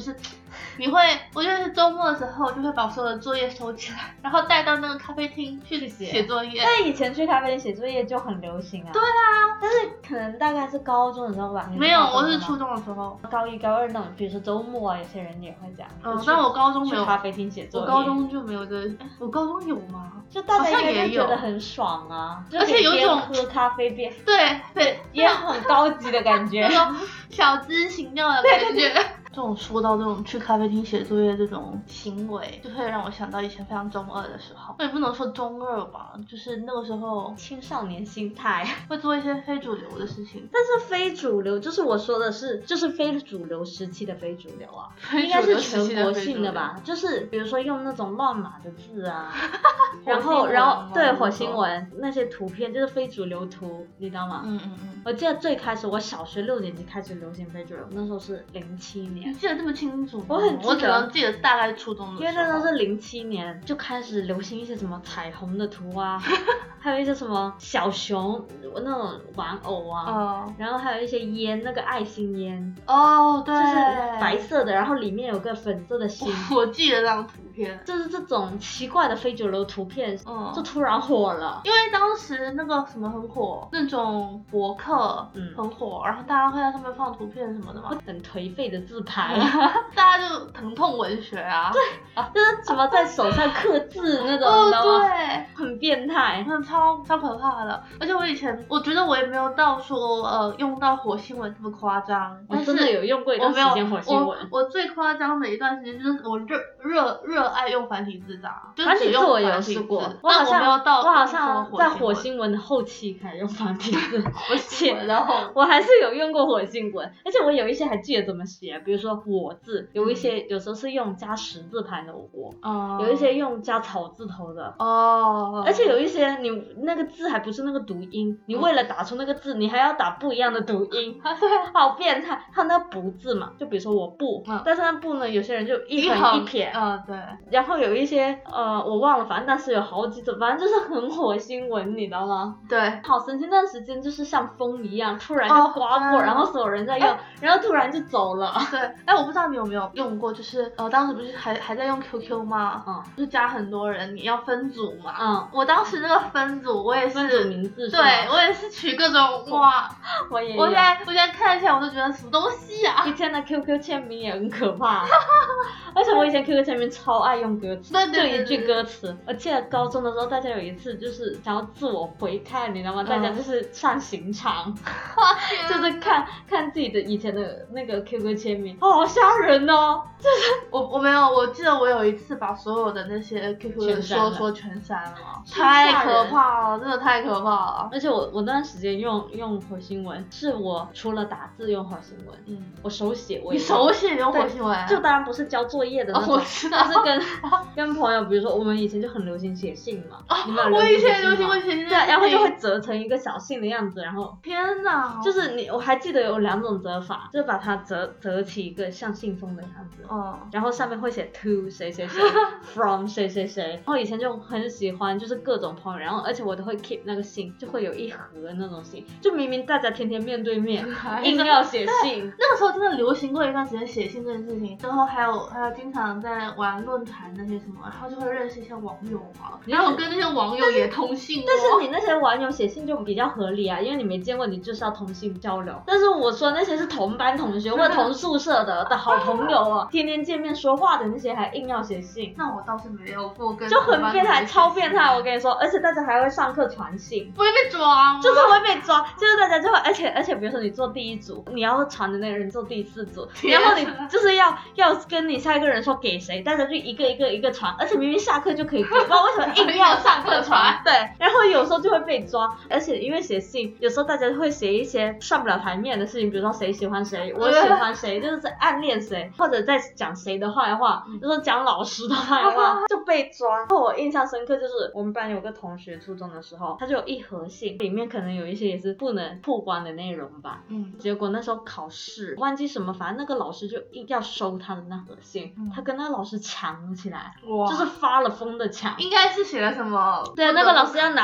我就是周末的时候就会把所有的作业收起来，然后带到那个咖啡厅去写作业。 但以前去咖啡厅写作业就很流行啊。 对啊， 但是可能大概是高中的时候吧。 没有，我是初中的时候， 高一高二那种，比如说周末啊，有些人也会这样。 但我高中没有去咖啡厅写作业。 我高中就没有我高中有吗？ 就大家应该就觉得很爽啊， 而且有一种喝咖啡边对， 也很高级的感觉， 那种小资情调的感觉。这种说到这种去咖啡厅写作业这种行为，就会让我想到以前非常中二的时候。那也不能说中二吧，就是那个时候青少年心态， 会做一些非主流的事情。 但是非主流就是我说的是，就是非主流时期的非主流啊， 应该是全国性的吧？就是比如说用那种乱码的字啊，然后对火星文那些图片就是非主流图，你知道吗？我记得最开始我小学6年级开始流行非主流，那时候是07年。 你记得这么清楚？ 我很记得， 我只能记得大概初中的时候。 因为那时候是07年就开始流行一些什么彩虹的图啊，还有一些什么小熊那种玩偶啊，然后还有一些烟，那个爱心烟。 对， 就是白色的，然后里面有个粉色的心。 我记得那张图片。 就是这种奇怪的非主流图片，就突然火了。 因为当时那个什么很火，那种博客很火，然后大家会在上面放图片什么的嘛。 很颓废的自拍， 大家就疼痛文学啊。 对，就是什么在手上刻字那种，你知道吗？对，很变态， 超可怕的。而且我觉得我也没有到说用到火星文这么夸张。 我真的有用过一段时间火星文。 我最夸张的一段时间就是我热爱用繁体字的， 繁体字我有试过，我好像在火星文的后期开始用繁体字，然后我还是有用过火星文，而且我有一些还记得怎么写，比如说我字，有一些有时候是用加10字旁的我，有一些用加草字头的，而且有一些你那个字还不是那个读音，你为了打出那个字，你还要打不一样的读音，好变态。还有那不字嘛，就比如说我不，但是那不呢，有些人就一横一撇， 对。 然后有一些我忘了，反正当时有好几种，反正就是很火星文，你知道吗？ 对， 好神奇，那段时间就是像风一样，突然就刮过，然后所有人在用，然后突然就走了。 对，我不知道你有没有用过，就是当时不是还在用 QQ 吗？就是加很多人，你要分组嘛。我当时那个分组，我也是分组名字， 对我也是取各种哇， 我也有。 我现在看起来我都觉得什么东西啊！ 以前的 QQ 签名也很可怕，而且我以前 QQ 签名超爱用歌词，就一句歌词。我记得高中的时候，大家有一次就是想要自我回看，你知道吗？大家就是上刑场，就是看自己的以前的那个 QQ 签名，好吓人哦！就是我没有，我记得我有一次把所有的那些 QQ 的说全删了，太可怕了，真的太可怕了。 而且我那段时间用火星文，是我除了打字用火星文，我手写我也。 你手写用火星文？ 就当然不是交作业的那种， 我知道， 是跟朋友，比如说我们以前就很流行写信嘛， 我以前流行写信， 对，然后就会折成一个小信的样子，然后天哪， 就是我还记得有2种折法，就把它折起一个像信封的样子，然后上面会写 to 谁谁谁from 谁谁谁，然后以前就很喜欢就是各种朋友，然后而且我都会 keep 那个信，就会有一盒那种信，就明明大家天天面对面，硬要写信。 那个时候真的流行过一段时间写信这件事情，然后还有经常在玩论坛那些什么，然后就会认识一些网友嘛，然后跟那些网友也通信。 但是你那些网友写信就比较合理啊，因为你没见过，你就是要通信交流。但是我说那些是同班同学或者同宿舍的好朋友啊，天天见面说话的那些还硬要写信。 那我倒是没有过跟就很变态，超变态，我跟你说，而且大家还会上课传信， 不会被抓吗？ 就是会被抓，就是大家就会，而且比如说你做第1组，你要传的那个人做第4组，然后你就是要跟你下一个人说给谁，大家就一个传，而且明明下课就可以给，不知道为什么硬要上课传。对，然后有时候就会被抓，而且因为写信，有时候大家会写一些上不了台面的事情，比如说谁喜欢谁，我喜欢谁，就是在暗恋谁，或者在讲谁的坏话，就是讲老师的坏话，就被抓。然后我印象深刻就是我们班有个同学初中的时候，他就有一盒信，里面可能有一些也是不能曝光的内容吧。结果那时候考试忘记什么，反正那个老师就硬要收他的那盒信，他跟那个老师抢了起来，就是发了疯的抢。 应该是写了什么？ 对，那个老师要拿走，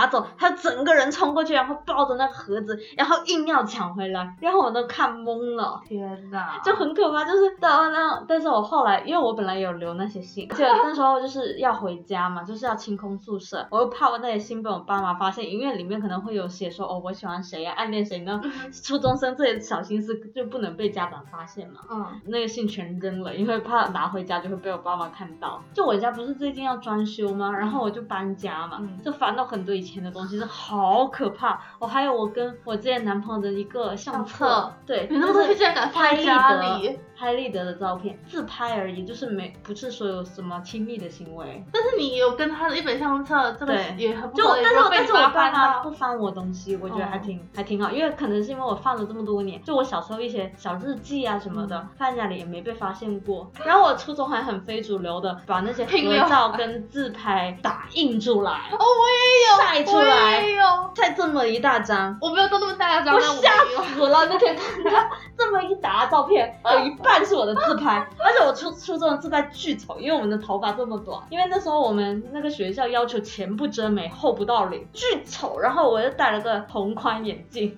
他整个人冲过去，然后抱着那个盒子，然后硬要抢回来，然后我都看懵了。 天哪， 就很可怕，就是到那，但是我后来，因为我本来有留那些信，而且那时候就是要回家嘛，就是要清空宿舍，我又怕我那些信被我爸妈发现，因为里面可能会有写说我喜欢谁暗恋谁呢，初中生这些小心思就不能被家长发现嘛。那个信全扔了，因为怕拿回家就会被我爸妈看到。就我家不是最近要装修吗？然后我就搬家嘛，就翻到很多以前的东西，是好可怕。我还有我跟我之前男朋友的一个相册，对， 你那么多东西竟然敢放在家里？ 拍立得的照片，自拍而已，就是不是说有什么亲密的行为。 但是你有跟他的一本相册，这个也很不好。但是我爸妈不翻我东西，我觉得还挺好，因为可能是因为我放了这么多年，就我小时候一些小日记啊什么的，放在家里也没被发现过。然后我初中还很非主流的把那些合照跟自拍打印出来， 我也有晒出来， 我也有晒这么一大张， 我没有到那么大张， 我吓死了。那天看到这么一沓照片，有一半是我的自拍，而且我初中的自拍巨丑，因为我们的头发这么短，因为那时候我们那个学校要求前不遮眉后不到领，巨丑。然后我又戴了个红宽眼镜，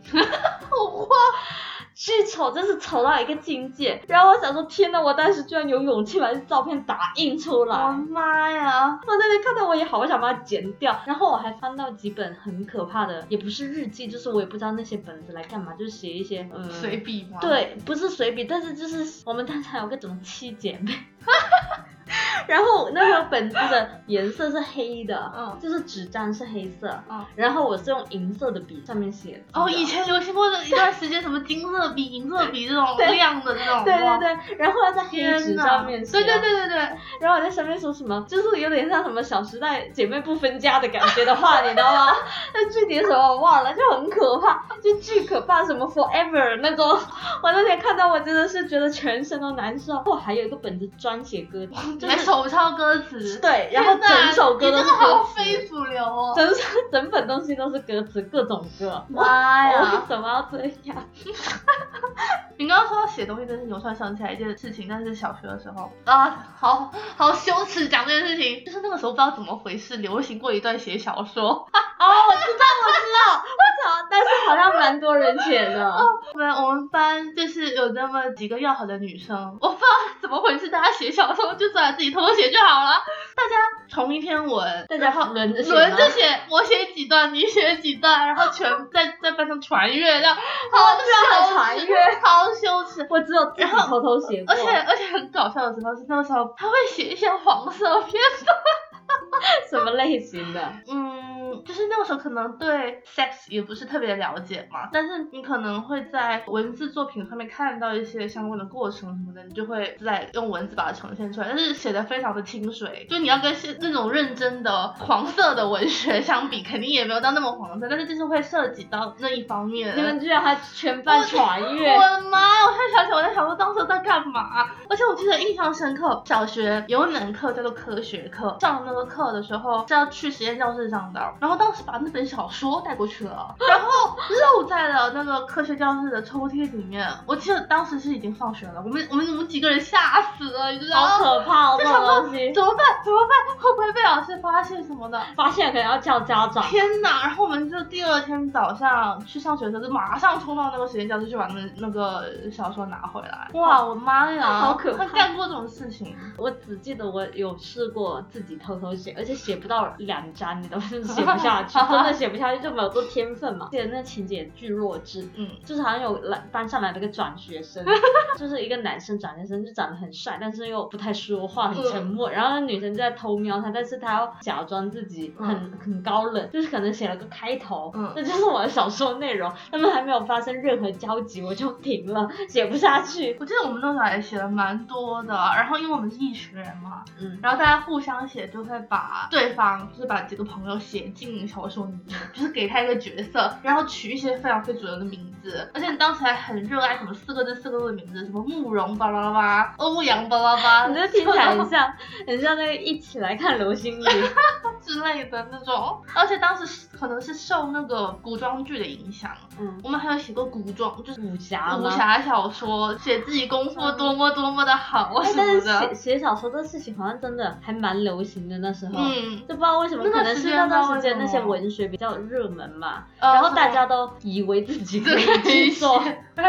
巨丑，真是丑到一个境界。然后我想说，天哪，我当时居然有勇气把这照片打印出来， 我妈呀！ 我那天看到我也好想把它剪掉。然后我还翻到几本很可怕的，也不是日记，就是我也不知道那些本子来干嘛，就是写一些随笔吗？ 对，不是随笔，但是就是我们当时还有个什么7姐妹。然后那个本子的颜色是黑的，就是纸张是黑色，然后我是用银色的笔上面写的。 以前流行过的一段时间，什么金色笔、银色笔这种亮的这种。 对，然后要在黑纸上面写。 对。 然后我在上面说什么，就是有点像什么小时代姐妹不分家的感觉的话，你知道吗？那具体什么我忘了，就很可怕，就巨可怕，什么 forever 那种。我那天看到我真的是觉得全身都难受。我还有一个本子专写歌词， 就是手抄歌词。 对，然后整首歌都是歌词。 你真的好非主流哦！ 整本东西都是歌词，各种歌。 妈呀！ 为什么要这样？ 你刚刚说到写东西这件事情，我突然想起来一件事情，但是小学的时候啊，好羞耻讲这件事情，就是那个时候不知道怎么回事，流行过一段写小说。 我知道，但是好像蛮多人写的。 我们班就是有那么几个要好的女生，我不知道怎么回事，大家写小说就算自己偷偷写就好了。大家同一篇文， 大家轮着写，我写几段，你写几段，然后全在班上传阅，这样好羞耻。 我只有自己偷偷写过。 而且很搞笑的时候是那个时候他会写一些黄色片段。 什么类型的？ 就是那个时候可能对 sex 也不是特别了解嘛，但是你可能会在文字作品上面看到一些相关的过程什么的，你就会再用文字把它呈现出来，但是写的非常的清水，就你要跟那种认真的黄色的文学相比，肯定也没有到那么黄色，但是就是会涉及到那一方面。 你们居然还全班传阅！ 我的妈！我突然想起我在小时候当时在干嘛，而且我记得印象深刻，小学有一门课叫做科学课，上那个课的时候是要去实验教室上的，然后当时把那本小说带过去了，然后漏在了那个科学教室的抽屉里面。我记得当时是已经放学了，我们几个人吓死了，你知道吗？ 好可怕哦，这种东西怎么办？会不会被老师发现什么的？ 发现可能要叫家长。 天哪！然后我们就第二天早上去上学的时候，就马上冲到那个实验教室去把那个小说拿回来。哇，我妈呀， 好可怕！ 他干过这种事情。 我只记得我有试过自己偷偷写，而且写不到2张，你都是写不下去，真的写不下去，就没有做天分嘛。记得那情节巨弱智，就是好像有班上来了个转学生，就是一个男生转学生，就长得很帅，但是又不太说话，很沉默。然后那女生就在偷瞄他，但是他要假装自己很高冷，就是可能写了个开头，这就是我的小说内容。他们还没有发生任何交集，我就停了，写不下去。 我记得我们那时候还写了蛮多的，然后因为我们是一群人嘛，然后大家互相写，就会把对方就是把几个朋友写进小说里面，就是给他一个角色，然后取一些非常非主流的名字，而且当时还很热爱什么4个字的名字，什么慕容巴拉巴、欧阳巴拉巴， 你这听起来很像那个一起来看流星雨之类的那种。而且当时可能是受那个古装剧的影响，我们还有写过古装，就是武侠小说，写自己功夫多么多么的好什么的。 但是写小说这事情好像真的还蛮流行的那时候，就不知道为什么，可能是那段时间那些文学比较热门嘛，然后大家都以为自己可以去做。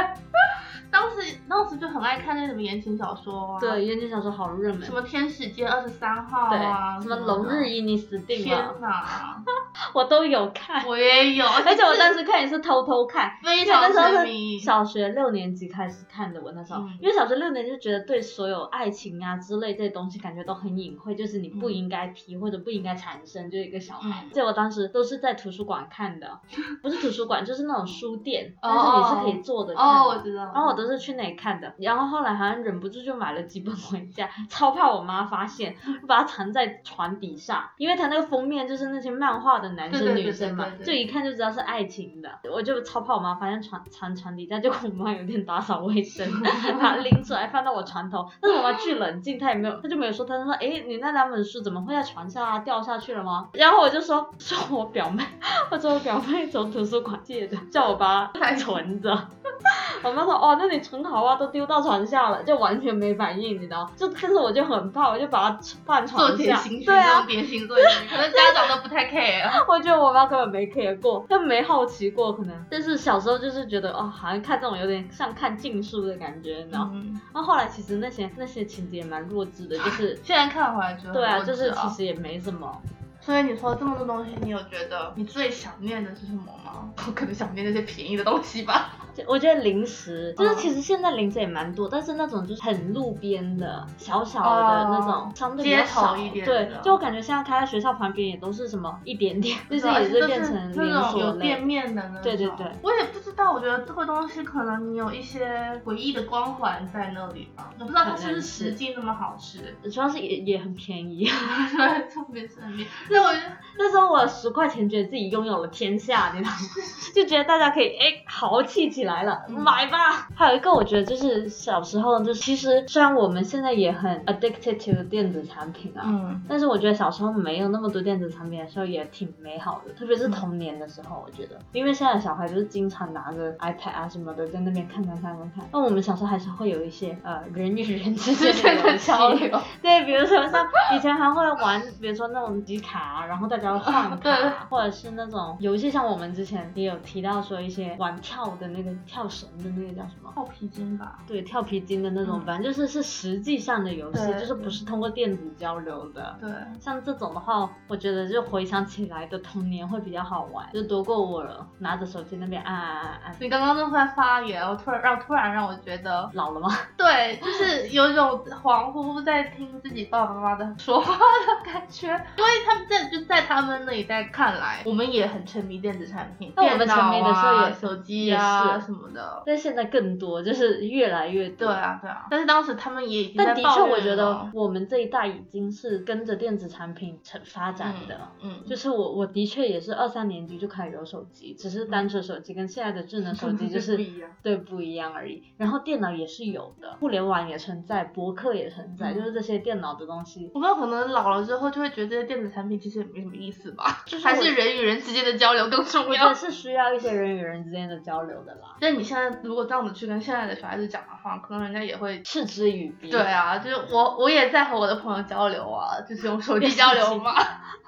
当时就很爱看那什么言情小说啊， 对，言情小说好热门， 什么天使街23号啊， 什么龙日一你死定了， 天哪， 我都有看， 我也有， 而且我当时看也是偷偷看， 非常沉迷。 小学6年级开始看的，我那时候，因为小学6年级就觉得对所有爱情啊之类这些东西感觉都很隐晦，就是你不应该提或者不应该产生，就一个小孩。所以我当时都是在图书馆看的，不是图书馆就是那种书店，但是你是可以坐着看的。 我知道。 然后我都是去那里看的，然后后来好像忍不住就买了几本回家，超怕我妈发现，把它藏在床底下，因为它那个封面就是那些漫画的男生女生嘛，就一看就知道是爱情的，我就超怕我妈发现藏床底下，结果我妈有点打扫卫生，把它拎出来放到我床头，但是我妈巨冷静，她就没有说，她说你那2本书怎么会在床下掉下去了吗？然后我就说我表妹从图书馆借的，叫我把它存着。我妈说那你存好啊，都丢到床下了，就完全没反应，你知道？但是我就很怕，我就把它放床下。 对啊，典型做点心，可能家长都不太 care。 我觉得我妈根本没 care 过，她没好奇过可能。但是小时候就是觉得好像看这种有点像看禁书的感觉，你知道？然后后来其实那些情节也蛮弱智的，就是现在看回来觉得对啊，就是其实也没什么。 所以你说这么多东西，你有觉得你最想念的是什么吗？我可能想念那些便宜的东西吧。 我觉得零食，就是其实现在零食也蛮多，但是那种就是很路边的小小的那种，相对比较少一点。 对，就我感觉现在开在学校旁边也都是什么一点点，就是也是变成连锁类。 有店面的那种。对。我也不知道，我觉得这个东西可能你有一些回忆的光环在那里吧，我不知道它是不是实际那么好吃。 主要是也很便宜。 对，特别是很便宜。 那时候我10块钱觉得自己拥有了天下，你知道吗？就觉得大家可以豪气起来了，买吧。还有一个我觉得就是小时候，就是其实虽然我们现在也很 addicted to 电子产品啊，但是我觉得小时候没有那么多电子产品的时候也挺美好的，特别是童年的时候，我觉得，因为现在的小孩就是经常拿个 iPad 啊什么的在那边看，那我们小时候还是会有一些人与人之间的交流，对，比如说像以前还会玩，比如说那种集卡，然后大家会换卡，或者是那种游戏，像我们之前也有提到说一些玩跳的那个跳绳的那个叫什么？ 跳皮筋吧。 对，跳皮筋的那种，反正就是实际上的游戏，就是不是通过电子交流的。 对， 像这种的话，我觉得就回想起来的童年会比较好玩，就多过我拿着手机那边按。 你刚刚都在发言，突然让我觉得老了吗？ 对，就是有一种恍惚在听自己爸爸妈妈的说话的感觉，因为他们在他们那一代看来，我们也很沉迷电子产品， 那我们沉迷的时候也手机啊什么的， 但现在更多，就是越来越多。 对啊。但是当时他们也已经在抱怨了。 但的确，我觉得我们这一代已经是跟着电子产品发展的。就是我的确也是2、3年级就开始有手机，只是单纯手机跟现在的智能手机就是不一样而已。然后电脑也是有的，互联网也存在，博客也存在，就是这些电脑的东西。 我不知道，可能老了之后就会觉得这些电子产品其实也没什么意思吧，就是还是人与人之间的交流更重要。 我觉得是需要一些人与人之间的交流的啦。 但你现在如果这样子去跟现在的小孩子讲的话，可能人家也会嗤之以鼻。 对啊，就是我也在和我的朋友交流啊，就是用手机交流嘛。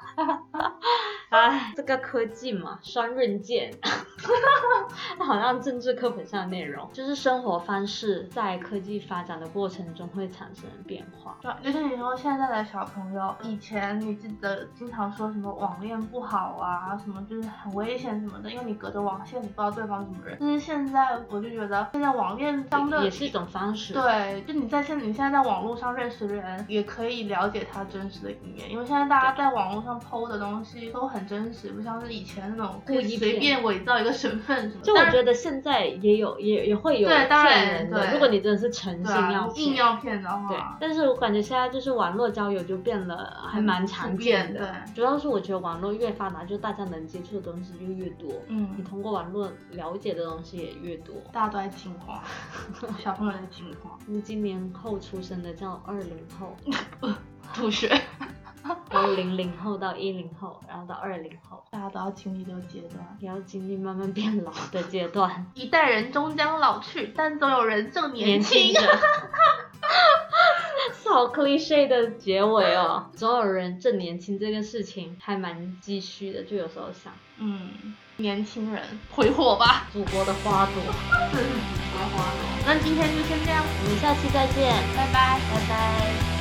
这个科技嘛，双刃剑。好像政治课本上的内容，就是生活方式在科技发展的过程中会产生变化。 对，就是你说现在的小朋友，以前你记得经常说什么网恋不好啊，什么就是很危险什么的，因为你隔着网线你不知道对方是什么人。但是现在我就觉得，现在网恋相对也是一种方式。 对，就你现在在网络上认识的人，也可以了解他真实的一面，因为现在大家在网络上 PO 的东西都很真实，不像是以前那种可以随便伪造一个身份什么的。 就我觉得现在也会有骗人的，如果你真的是诚心硬要骗的话。 对，但是我感觉现在就是网络交友就变得还蛮常见的。对，主要是我觉得网络越发达，就大家能接触的东西就越多。你通过网络了解的东西也越多。 大家都在进化，小朋友在进化。 今年后出生的叫20后。 吐血。 我从00后到10后，然后到20后， 大家都要经历这个阶段， 也要经历慢慢变老的阶段。 一代人终将老去，但总有人正年轻。 好 cliché 的结尾哦，总有人正年轻这件事情还蛮唏嘘的，就有时候想， 年轻人挥霍吧， 祖国的花朵， 这是祖国的花朵。那今天就先这样， 我们下期再见， 拜拜， 拜拜。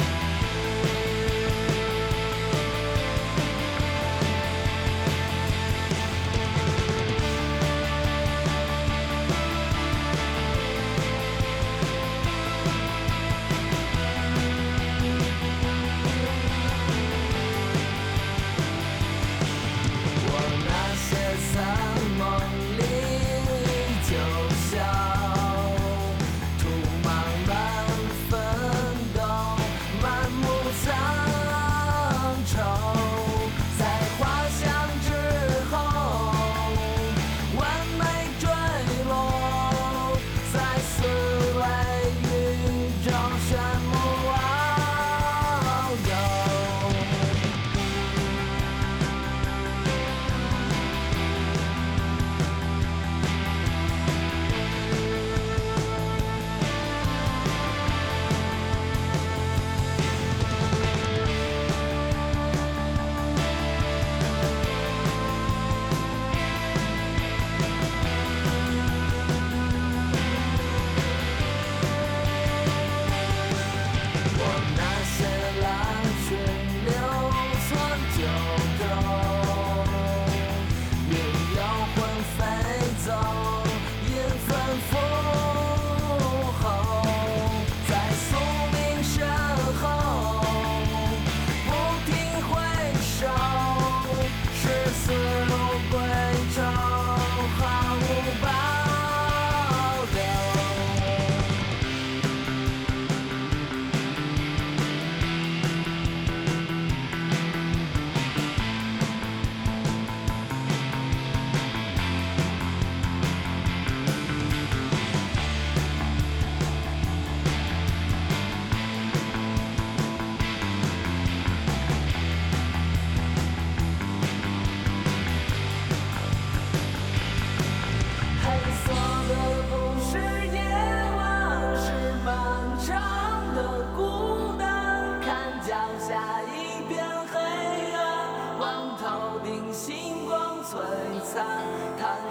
璀璨，叹